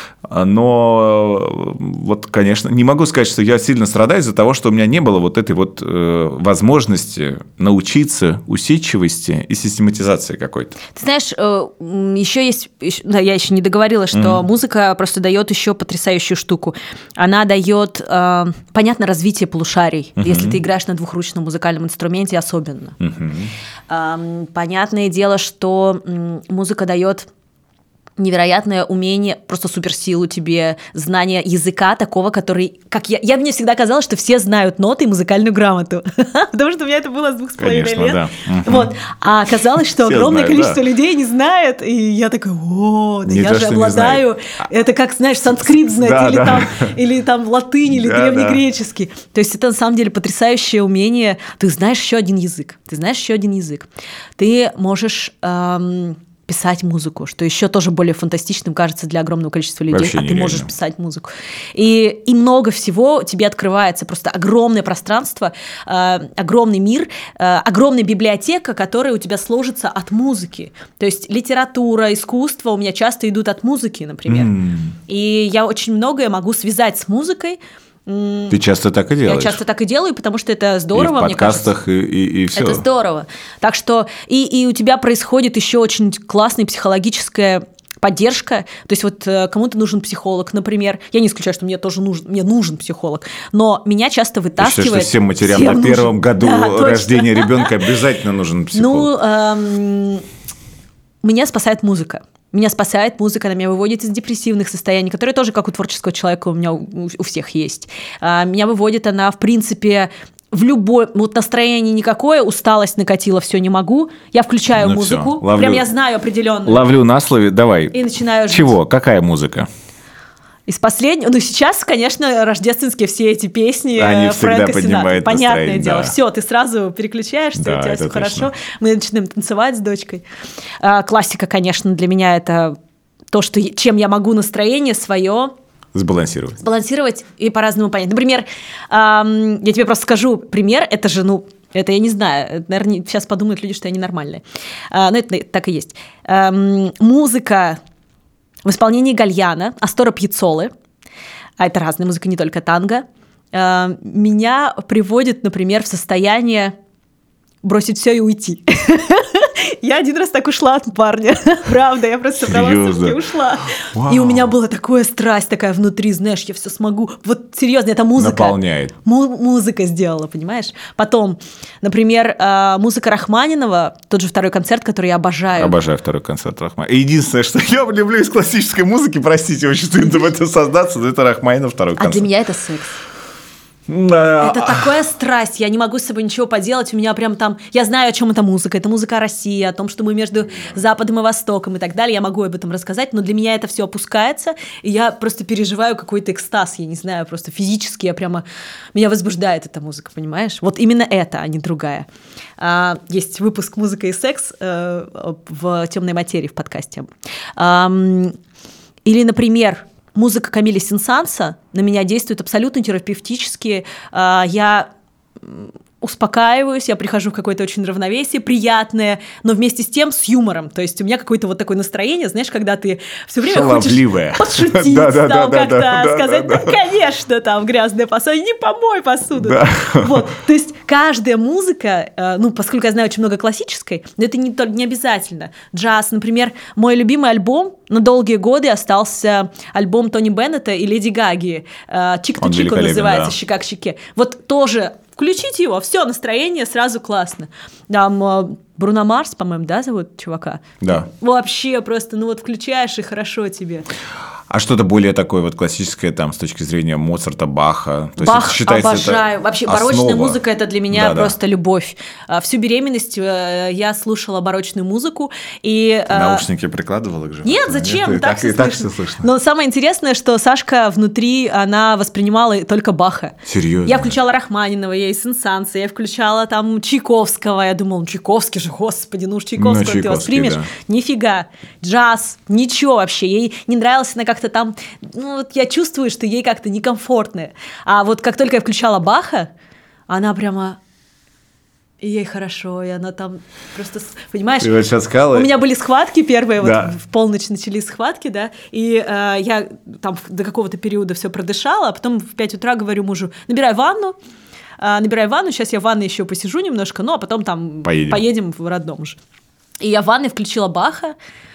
A: Но вот, конечно, не могу сказать, что я сильно страдаю из-за того, что у меня не было вот этой вот э, возможности научиться усидчивости и систематизации какой-то.
B: Ты знаешь, э, еще есть, еще, да, я еще не договорила, что mm-hmm. музыка просто дает еще потрясающую штуку. Она дает, э, понятно, развитие полушарий, mm-hmm. если ты играешь на двухручном музыкальном инструменте, особенно. Mm-hmm. Э, понятное дело, что э, музыка дает невероятное умение, просто суперсилу тебе, знание языка такого, который, как я, я мне всегда казалось, что все знают ноты и музыкальную грамоту, потому что у меня это было с двух с половиной лет. Да. Вот. А оказалось, что все огромное знают, количество да. людей не знает, и я такая, о, да не я то, же обладаю, это как, знаешь, санскрит знать, да, или, да. Там, или там латынь, или да, древнегреческий. Да. То есть это на самом деле потрясающее умение. Ты знаешь еще один язык, ты знаешь еще один язык. Ты можешь... Эм, писать музыку, что еще тоже более фантастичным кажется для огромного количества людей, вообще а ты можешь писать музыку. И, и много всего тебе открывается, просто огромное пространство, э, огромный мир, э, огромная библиотека, которая у тебя сложится от музыки. То есть литература, искусство у меня часто идут от музыки, например. Mm. И я очень многое могу связать с музыкой.
A: Ты часто так и делаешь?
B: Я часто так и делаю, потому что это здорово,
A: и в подкастах,
B: мне кажется.
A: И, и, и все.
B: Это здорово. Так что и, и у тебя происходит еще очень классная психологическая поддержка. То есть вот кому-то нужен психолог, например. Я не исключаю, что мне тоже нужен, мне нужен психолог. Но меня часто вытаскивает...
A: Считаю, что всем матерям всем на нужен. Первом году да, рождения ребенка обязательно нужен психолог.
B: Ну, эм, меня спасает музыка. Меня спасает музыка, она меня выводит из депрессивных состояний, которые тоже, как у творческого человека, у меня у, у всех есть. А, меня выводит она, в принципе, в любое вот настроение никакое, усталость накатила, все не могу. Я включаю ну музыку, ловлю, прям я знаю определенную.
A: Ловлю на слове, давай.
B: И начинаю жить.
A: Чего? Какая музыка?
B: Из последнего, ну сейчас, конечно, рождественские все эти песни
A: Они
B: Фрэнка
A: Синатра.
B: Понятное дело,
A: да.
B: Все, ты сразу переключаешься, да, у тебя все точно. Хорошо. Мы начинаем танцевать с дочкой. А, классика, конечно, для меня это то, что, чем я могу настроение свое
A: сбалансировать.
B: Сбалансировать и по-разному понять. Например, эм, я тебе просто скажу пример, это же, ну, это я не знаю, наверное, сейчас подумают люди, что я ненормальная. А, но это так и есть. Эм, музыка в исполнении Гальяно, Астора Пьяццолы, а это разная музыка, не только танго, э, меня приводит, например, в состояние бросить все и уйти. Я один раз так ушла от парня. Правда, я просто собралась и ушла. Вау. И у меня была такая страсть такая внутри, знаешь, я все смогу. Вот серьезно, это музыка.
A: Наполняет.
B: Му- музыка сделала, понимаешь? Потом, например, э, музыка Рахманинова, тот же второй концерт, который я обожаю.
A: Обожаю второй концерт Рахманинова. Единственное, что я люблю из классической музыки, простите, очень стыдно в этом создаться, но это Рахманинов второй концерт.
B: А для меня это секс. Это такая страсть, я не могу с собой ничего поделать, у меня прям там, я знаю, о чем эта музыка, это музыка о России, о том, что мы между Западом и Востоком и так далее, я могу об этом рассказать, но для меня это все опускается, и я просто переживаю какой-то экстаз, я не знаю, просто физически я прямо, меня возбуждает эта музыка, понимаешь? Вот именно это, а не другая. Есть выпуск «Музыка и секс» в «Темной материи» в подкасте. Или, например, музыка Камиля Сен-Санса на меня действует абсолютно терапевтически. Я успокаиваюсь, я прихожу в какое-то очень равновесие, приятное, но вместе с тем с юмором. То есть у меня какое-то вот такое настроение, знаешь, когда ты все время
A: шаловливое.
B: хочешь пошутить, там как-то сказать, ну, конечно, там грязная посуда, не помой посуду. Вот, то есть каждая музыка, ну, поскольку я знаю очень много классической, но это не, не обязательно. Джаз, например, мой любимый альбом на долгие годы остался альбом Тони Беннета и Леди Гаги. «Чик-то-чик» он называется, да. «Щека к щеке». Вот тоже включите его, все, настроение сразу классно. Там Бруно Марс, по-моему, да, зовут чувака?
A: Да.
B: Вообще просто, ну вот включаешь, и хорошо тебе.
A: А что-то более такое вот классическое там с точки зрения Моцарта, Баха? То
B: Бах
A: есть, считается,
B: обожаю.
A: Это
B: вообще
A: основа.
B: Барочная музыка – это для меня
A: да,
B: просто
A: да.
B: любовь. Всю беременность я слушала барочную музыку. И,
A: наушники прикладывала к животу?
B: Нет, зачем?
A: Нет,
B: так,
A: так,
B: все,
A: так
B: слышно.
A: все слышно.
B: Но самое интересное, что Сашка внутри, она воспринимала только Баха.
A: Серьезно?
B: Я включала Рахманинова, я и Сен-Санса, я включала там Чайковского. Я думала, ну Чайковский же, господи, ну уж Чайковского ну, Чайковский, ты воспримешь. Да. Нифига. Джаз, ничего вообще. Ей не нравилось, она как-то там... Ну, вот я чувствую, что ей как-то некомфортно. А вот как только я включала Баха, она прямо... И ей хорошо, и она там просто... Понимаешь,
A: ты вот сейчас сказала...
B: у меня были схватки первые,
A: да.
B: вот в полночь начались схватки, да, и э, я там до какого-то периода все продышала, а потом в пять утра говорю мужу, набирай ванну, э, набирай ванну, сейчас я в ванной еще посижу немножко, ну, а потом там поедем, поедем в роддом уже. И я в ванной включила Баха,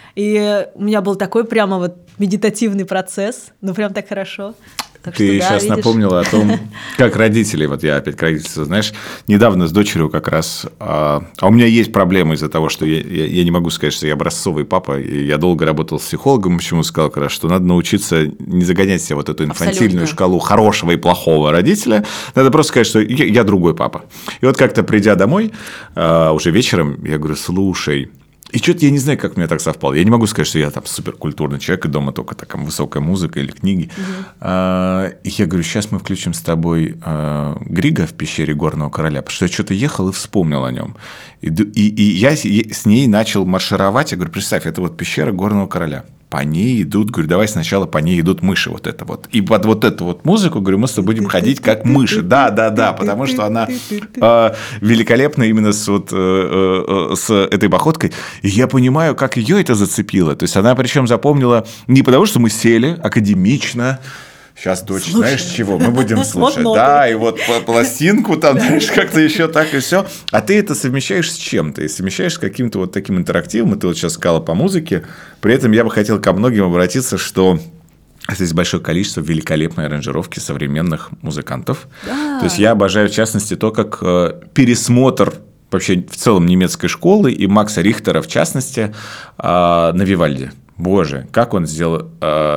B: и у меня был такой прямо вот медитативный процесс, ну, прям так хорошо. Так
A: Ты
B: что, да,
A: сейчас
B: видишь?
A: напомнила о том, как родители, вот я опять к родительству, знаешь, недавно с дочерью как раз, а, а у меня есть проблемы из-за того, что я, я, я не могу сказать, что я образцовый папа, и я долго работал с психологом, почему сказал как раз, что надо научиться не загонять себе вот эту инфантильную Абсолютно. шкалу хорошего и плохого родителя, надо просто сказать, что я, я другой папа. И вот как-то придя домой, а, уже вечером, я говорю, слушай, и что-то я не знаю, как у меня так совпало. Я не могу сказать, что я там суперкультурный человек, и дома только такая высокая музыка или книги. Угу. А, и я говорю, сейчас мы включим с тобой а, Грига в пещере Горного Короля, потому что я что-то ехал и вспомнил о нем. И, и, и я с ней начал маршировать. Я говорю, представь, это вот пещера Горного Короля. По ней идут, говорю, давай сначала по ней идут мыши вот это вот. И под вот эту вот музыку, говорю, мы с тобой будем ходить как мыши. Да, да, да, потому что она э, великолепна именно с, вот, э, э, с этой походкой. И я понимаю, как ее это зацепило. То есть она причем запомнила не потому, что мы сели академично. Сейчас, дочь, Слушай. знаешь чего? Мы будем слушать. Вот да, и вот пластинку там, знаешь, как-то еще так и все. А ты это совмещаешь с чем-то? И совмещаешь с каким-то вот таким интерактивом. И ты вот сейчас сказала по музыке. При этом я бы хотел ко многим обратиться, что есть большое количество великолепной аранжировки современных музыкантов. Да. То есть я обожаю, в частности, то, как пересмотр вообще в целом немецкой школы и Макса Рихтера, в частности, на Вивальди. Боже, как он сделал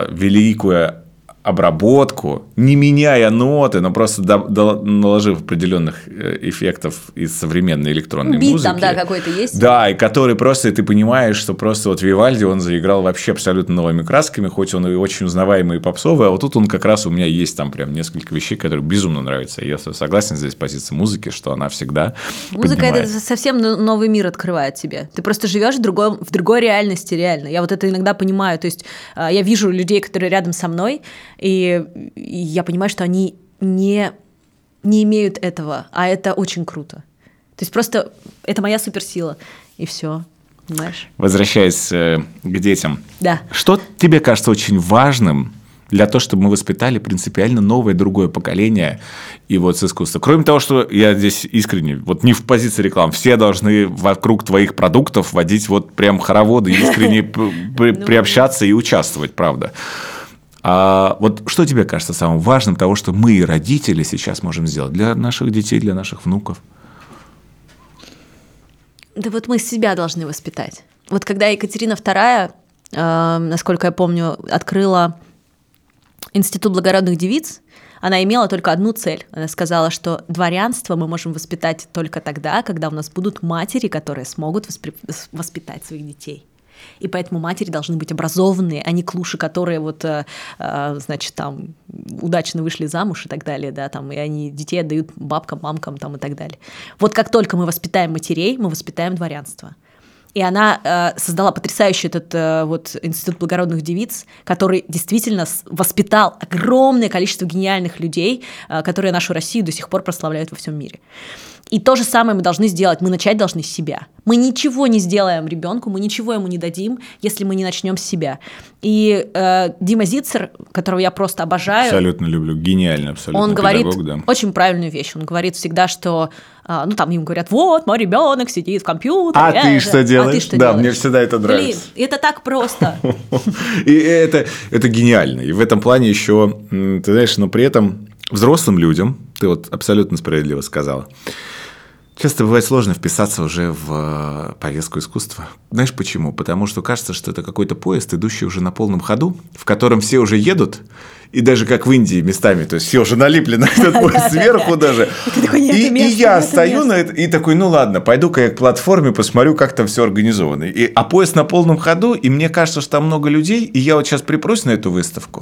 A: великую обработку, не меняя ноты, но просто до, до, наложив определенных эффектов из современной электронной
B: Бит
A: музыки.
B: Бит там, да, какой-то есть.
A: Да, и который просто, ты понимаешь, что просто вот Вивальди, он заиграл вообще абсолютно новыми красками, хоть он и очень узнаваемый и попсовый, а вот тут он как раз у меня есть там прям несколько вещей, которые безумно нравятся. Я согласен здесь с позицией музыки, что она всегда
B: Музыка
A: поднимает.
B: Это совсем новый мир открывает тебе. Ты просто живешь в другой, в другой реальности, реально. Я вот это иногда понимаю. То есть я вижу людей, которые рядом со мной, И, и я понимаю, что они не, не имеют этого, а это очень круто. То есть просто это моя суперсила, и все, понимаешь?
A: Возвращаясь э, к детям.
B: Да.
A: Что тебе кажется очень важным для того, чтобы мы воспитали принципиально новое, другое поколение и вот с искусства? Кроме того, что я здесь искренне, вот не в позиции рекламы, все должны вокруг твоих продуктов водить вот прям хороводы, искренне приобщаться и участвовать, правда. А вот что тебе кажется самым важным того, что мы, родители, сейчас можем сделать для наших детей, для наших внуков?
B: Да вот мы себя должны воспитать. Вот когда Екатерина вторая, э, насколько я помню, открыла Институт благородных девиц, она имела только одну цель. Она сказала, что дворянство мы можем воспитать только тогда, когда у нас будут матери, которые смогут воспри- воспитать своих детей. И поэтому матери должны быть образованные, а не клуши, которые вот, значит, там удачно вышли замуж и так далее, да, там, и они детей отдают бабкам, мамкам там, и так далее. Вот как только мы воспитаем матерей, мы воспитаем дворянство. И она э, создала потрясающий этот э, вот институт благородных девиц, который действительно воспитал огромное количество гениальных людей, э, которые нашу Россию до сих пор прославляют во всем мире. И то же самое мы должны сделать. Мы начать должны с себя. Мы ничего не сделаем ребенку, мы ничего ему не дадим, если мы не начнем с себя. И э, Дима Зицер, которого я просто обожаю.
A: Абсолютно люблю, гениально абсолютно.
B: Он говорит
A: педагог, да.
B: очень правильную вещь. Он говорит всегда, что, э, ну там ему говорят, вот мой ребенок сидит в компьютере.
A: А ты что делаешь?
B: А ты что
A: да,
B: делаешь?
A: Мне всегда это нравится.
B: Блин, это так просто.
A: И это, это гениально. И в этом плане еще, ты знаешь, но при этом взрослым людям, ты вот абсолютно справедливо сказала, часто бывает сложно вписаться уже в повестку искусства. Знаешь почему? Потому что кажется, что это какой-то поезд, идущий уже на полном ходу, в котором все уже едут, и даже как в Индии местами, то есть все уже налипли на этот поезд сверху даже. И я стою на это и такой, ну ладно, пойду-ка я к платформе, посмотрю, как там все организовано. А поезд на полном ходу, и мне кажется, что там много людей, и я вот сейчас припрусь на эту выставку,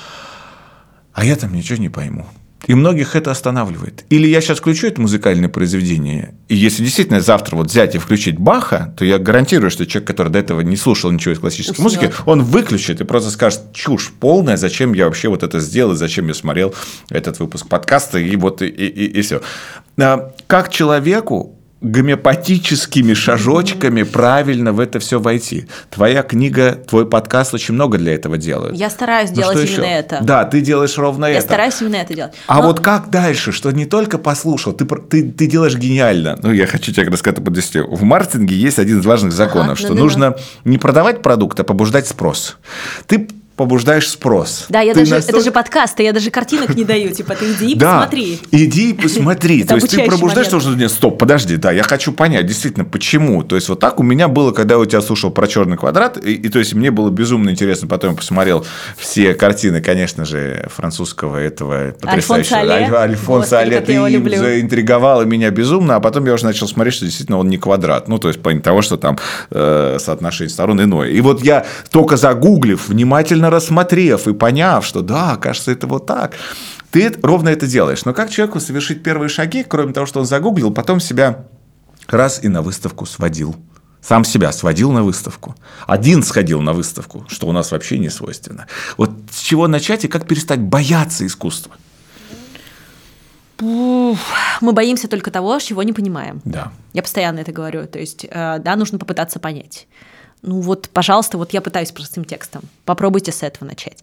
A: а я там ничего не пойму. И многих это останавливает. Или я сейчас включу это музыкальное произведение, и если действительно завтра вот взять и включить Баха, то я гарантирую, что человек, который до этого не слушал ничего из классической
B: Уснёт.
A: музыки, он выключит и просто скажет: чушь полная, зачем я вообще вот это сделал, зачем я смотрел этот выпуск подкаста, и вот и, и, и все. Как человеку гомеопатическими шажочками правильно в это все войти. Твоя книга, твой подкаст очень много для этого делают.
B: Я стараюсь
A: Ну,
B: делать
A: что
B: именно
A: еще?
B: это.
A: Да, ты делаешь ровно
B: Я
A: это.
B: Я стараюсь именно это делать.
A: А
B: Но...
A: вот как дальше, что не только послушал, ты, ты, ты делаешь гениально. Ну, я хочу тебе рассказать по десяти. В маркетинге есть один из важных законов, ага, что да, нужно да. не продавать продукт, а побуждать спрос. Ты побуждаешь спрос.
B: Да, я
A: ты
B: даже,
A: настолько...
B: это же подкасты, я даже картинок не даю, типа, ты иди и
A: да,
B: посмотри.
A: иди и посмотри. То есть ты пробуждаешь, что нет, стоп, подожди, да, я хочу понять, действительно, почему. То есть вот так у меня было, когда я у тебя слушал про «Черный квадрат», и, и то есть мне было безумно интересно, потом я посмотрел все картины, конечно же, французского этого потрясающего Альфонса, Альфонса Алле, ты заинтриговала меня безумно, а потом я уже начал смотреть, что действительно он не квадрат, ну то есть по того, что там э, соотношение сторон иное. И вот я только загуглив, внимательно рассмотрев и поняв, что да, кажется, это вот так, ты ровно это делаешь. Но как человеку совершить первые шаги, кроме того, что он загуглил, потом себя раз и на выставку сводил. Сам себя сводил на выставку. Один сходил на выставку, что у нас вообще не свойственно. Вот с чего начать и как перестать бояться искусства?
B: Мы боимся только того, чего не понимаем.
A: Да.
B: Я постоянно это говорю. То есть, да, нужно попытаться понять. Ну вот, пожалуйста, вот я пытаюсь простым текстом. Попробуйте с этого начать.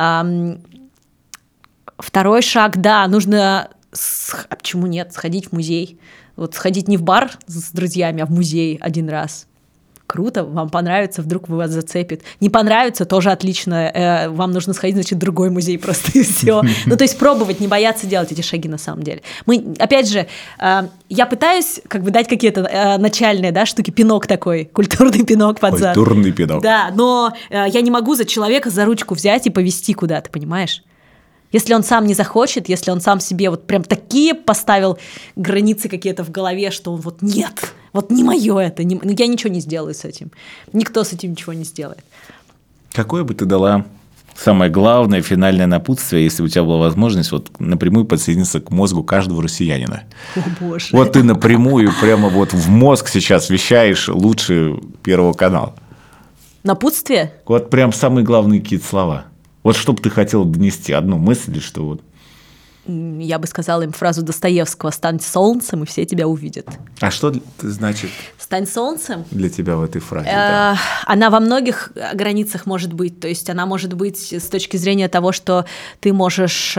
B: Второй шаг, да, нужно, а почему нет, сходить в музей. Вот сходить не в бар с друзьями, а в музей один раз. Круто, вам понравится, вдруг вас зацепит. Не понравится, тоже отлично. Вам нужно сходить, значит, в другой музей просто и все. Ну, то есть пробовать, не бояться делать эти шаги на самом деле. Мы, опять же, я пытаюсь как бы дать какие-то начальные, да, штуки, пинок такой, культурный пинок под зад.
A: Культурный пинок.
B: Да, но я не могу за человека за ручку взять и повести куда-то, понимаешь? Если он сам не захочет, если он сам себе вот прям такие поставил границы какие-то в голове, что он вот нет, вот не мое это, не, ну, я ничего не сделаю с этим. Никто с этим ничего не сделает.
A: Какое бы ты дала самое главное, финальное напутствие, если бы у тебя была возможность вот напрямую подсоединиться к мозгу каждого россиянина?
B: О, Боже.
A: Вот ты напрямую прямо вот в мозг сейчас вещаешь лучше Первого канала.
B: Напутствие?
A: Вот прям самые главные какие-то слова. Вот что бы ты хотел донести? Одну мысль, что вот...
B: Я бы сказала им фразу Достоевского: «Стань солнцем, и все тебя увидят».
A: А что значит
B: «Стань солнцем»
A: для тебя в этой фразе?
B: Да? Она во многих границах может быть. То есть она может быть с точки зрения того, что ты можешь...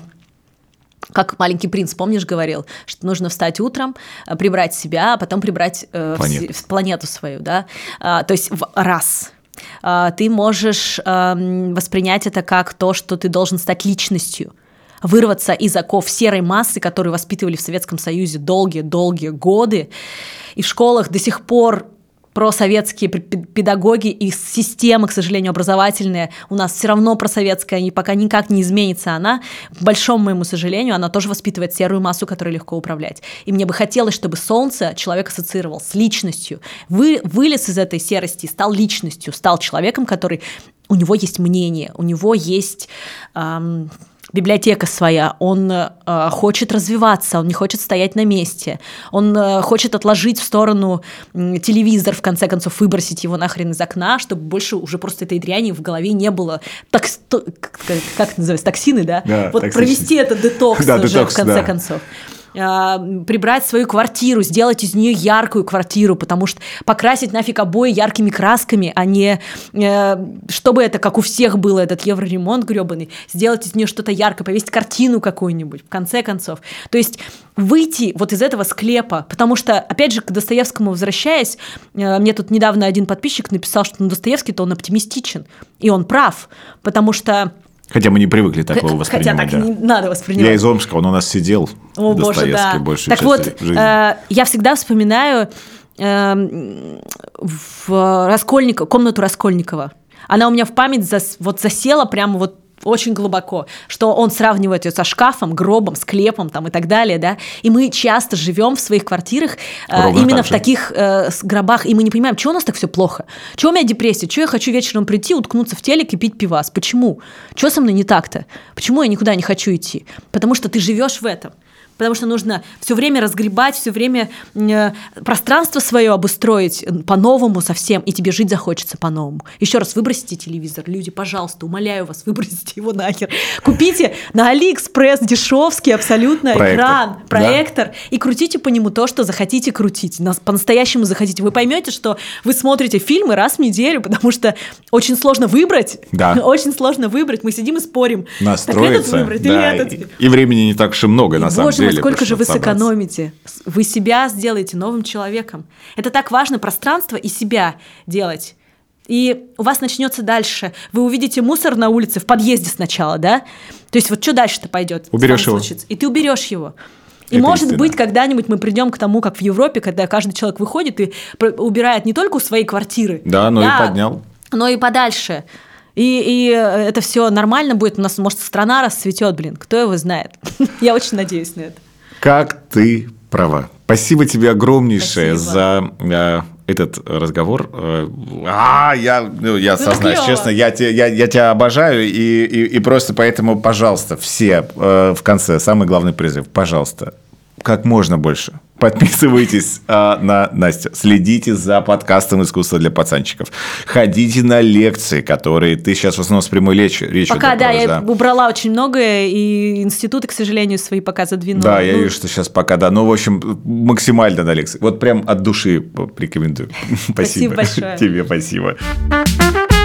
B: Как «Маленький принц», помнишь, говорил, что нужно встать утром, прибрать себя, а потом прибрать планету, в, планету свою. Да? То есть раз... Ты можешь воспринять это как то, что ты должен стать личностью, вырваться из оков серой массы, которую воспитывали в Советском Союзе долгие-долгие годы. И в школах до сих пор просоветские педагоги и системы, к сожалению, образовательные у нас все равно просоветская, и пока никак не изменится она, к большому моему сожалению, она тоже воспитывает серую массу, которой легко управлять. И мне бы хотелось, чтобы солнце человек ассоциировал с личностью, Вы, вылез из этой серости, стал личностью, стал человеком, который... У него есть мнение, у него есть... Эм, библиотека своя, он э, хочет развиваться, он не хочет стоять на месте, он э, хочет отложить в сторону э, телевизор, в конце концов, выбросить его нахрен из окна, чтобы больше уже просто этой дряни в голове не было. Так, как, как это называется? Токсины, да?
A: Да,
B: вот
A: токсичность.
B: Провести этот детокс
A: да,
B: уже,
A: детокс,
B: в конце
A: да.
B: концов. прибрать свою квартиру, сделать из нее яркую квартиру, потому что покрасить нафиг обои яркими красками, а не чтобы это, как у всех было, этот евроремонт гребаный, сделать из нее что-то яркое, повесить картину какую-нибудь, в конце концов. То есть выйти вот из этого склепа, потому что, опять же, к Достоевскому возвращаясь, мне тут недавно один подписчик написал, что ну, Достоевский-то он оптимистичен, и он прав, потому что...
A: Хотя мы не привыкли такого воспринимать.
B: Хотя так
A: да.
B: не надо воспринимать.
A: Я из Омска, он у нас сидел,
B: О,
A: Достоевский,
B: боже, да.
A: большую
B: так
A: часть
B: вот,
A: жизни.
B: Э, я всегда вспоминаю э, в Раскольников, комнату Раскольникова. Она у меня в память зас, вот засела прямо вот очень глубоко, что он сравнивает ее со шкафом, гробом, склепом там, и так далее, да, и мы часто живем в своих квартирах э, именно в таких э, гробах, и мы не понимаем, чего у нас так все плохо, чего у меня депрессия, чего я хочу вечером прийти, уткнуться в телек и пить пивас, почему, что со мной не так-то, почему я никуда не хочу идти, потому что ты живешь в этом. Потому что нужно все время разгребать, все время э, пространство свое обустроить по-новому совсем, и тебе жить захочется по-новому. Еще раз, выбросите телевизор, люди, пожалуйста, умоляю вас, выбросите его нахер. Купите на Алиэкспресс дешевский абсолютно проектор. экран, проектор, да. И крутите по нему то, что захотите крутить, по-настоящему захотите. Вы поймете, что вы смотрите фильмы раз в неделю, потому что очень сложно выбрать, да. очень сложно выбрать. Мы сидим и спорим,
A: настроиться,
B: так этот выбрать
A: да,
B: или этот.
A: И, и времени не так уж и много, на
B: и,
A: самом
B: боже
A: деле.
B: Сколько же вы сэкономите? Вы себя сделаете новым человеком. Это так важно, пространство и себя делать. И у вас начнется дальше. Вы увидите мусор на улице, в подъезде сначала, да? То есть вот что дальше-то пойдет?
A: Уберешь его.
B: Случится? И ты уберешь его. И
A: это
B: может
A: истина. Быть,
B: когда-нибудь мы придем к тому, как в Европе, когда каждый человек выходит и убирает не только у своей квартиры,
A: да, но да, и поднял,
B: но и подальше. И, и это все нормально будет. У нас, может, страна расцветет, блин, кто его знает. Я очень надеюсь на это.
A: Как ты права. Спасибо тебе огромнейшее Спасибо. за э, этот разговор. А, я, ну, я сознаюсь, честно, я, те, я, я тебя обожаю, и, и, и просто поэтому, пожалуйста, все э, в конце, самый главный призыв, пожалуйста, как можно больше подписывайтесь а, на Настю, следите за подкастом «Искусство для пацанчиков», ходите на лекции, которые ты сейчас в основном с прямой речью.
B: Пока, да, я да. убрала очень многое, и институты, к сожалению, свои пока задвинула.
A: Да, я ну... вижу, что сейчас пока, да, ну, в общем, максимально на лекции. Вот прям от души порекомендую.
B: Спасибо большое.
A: Тебе спасибо.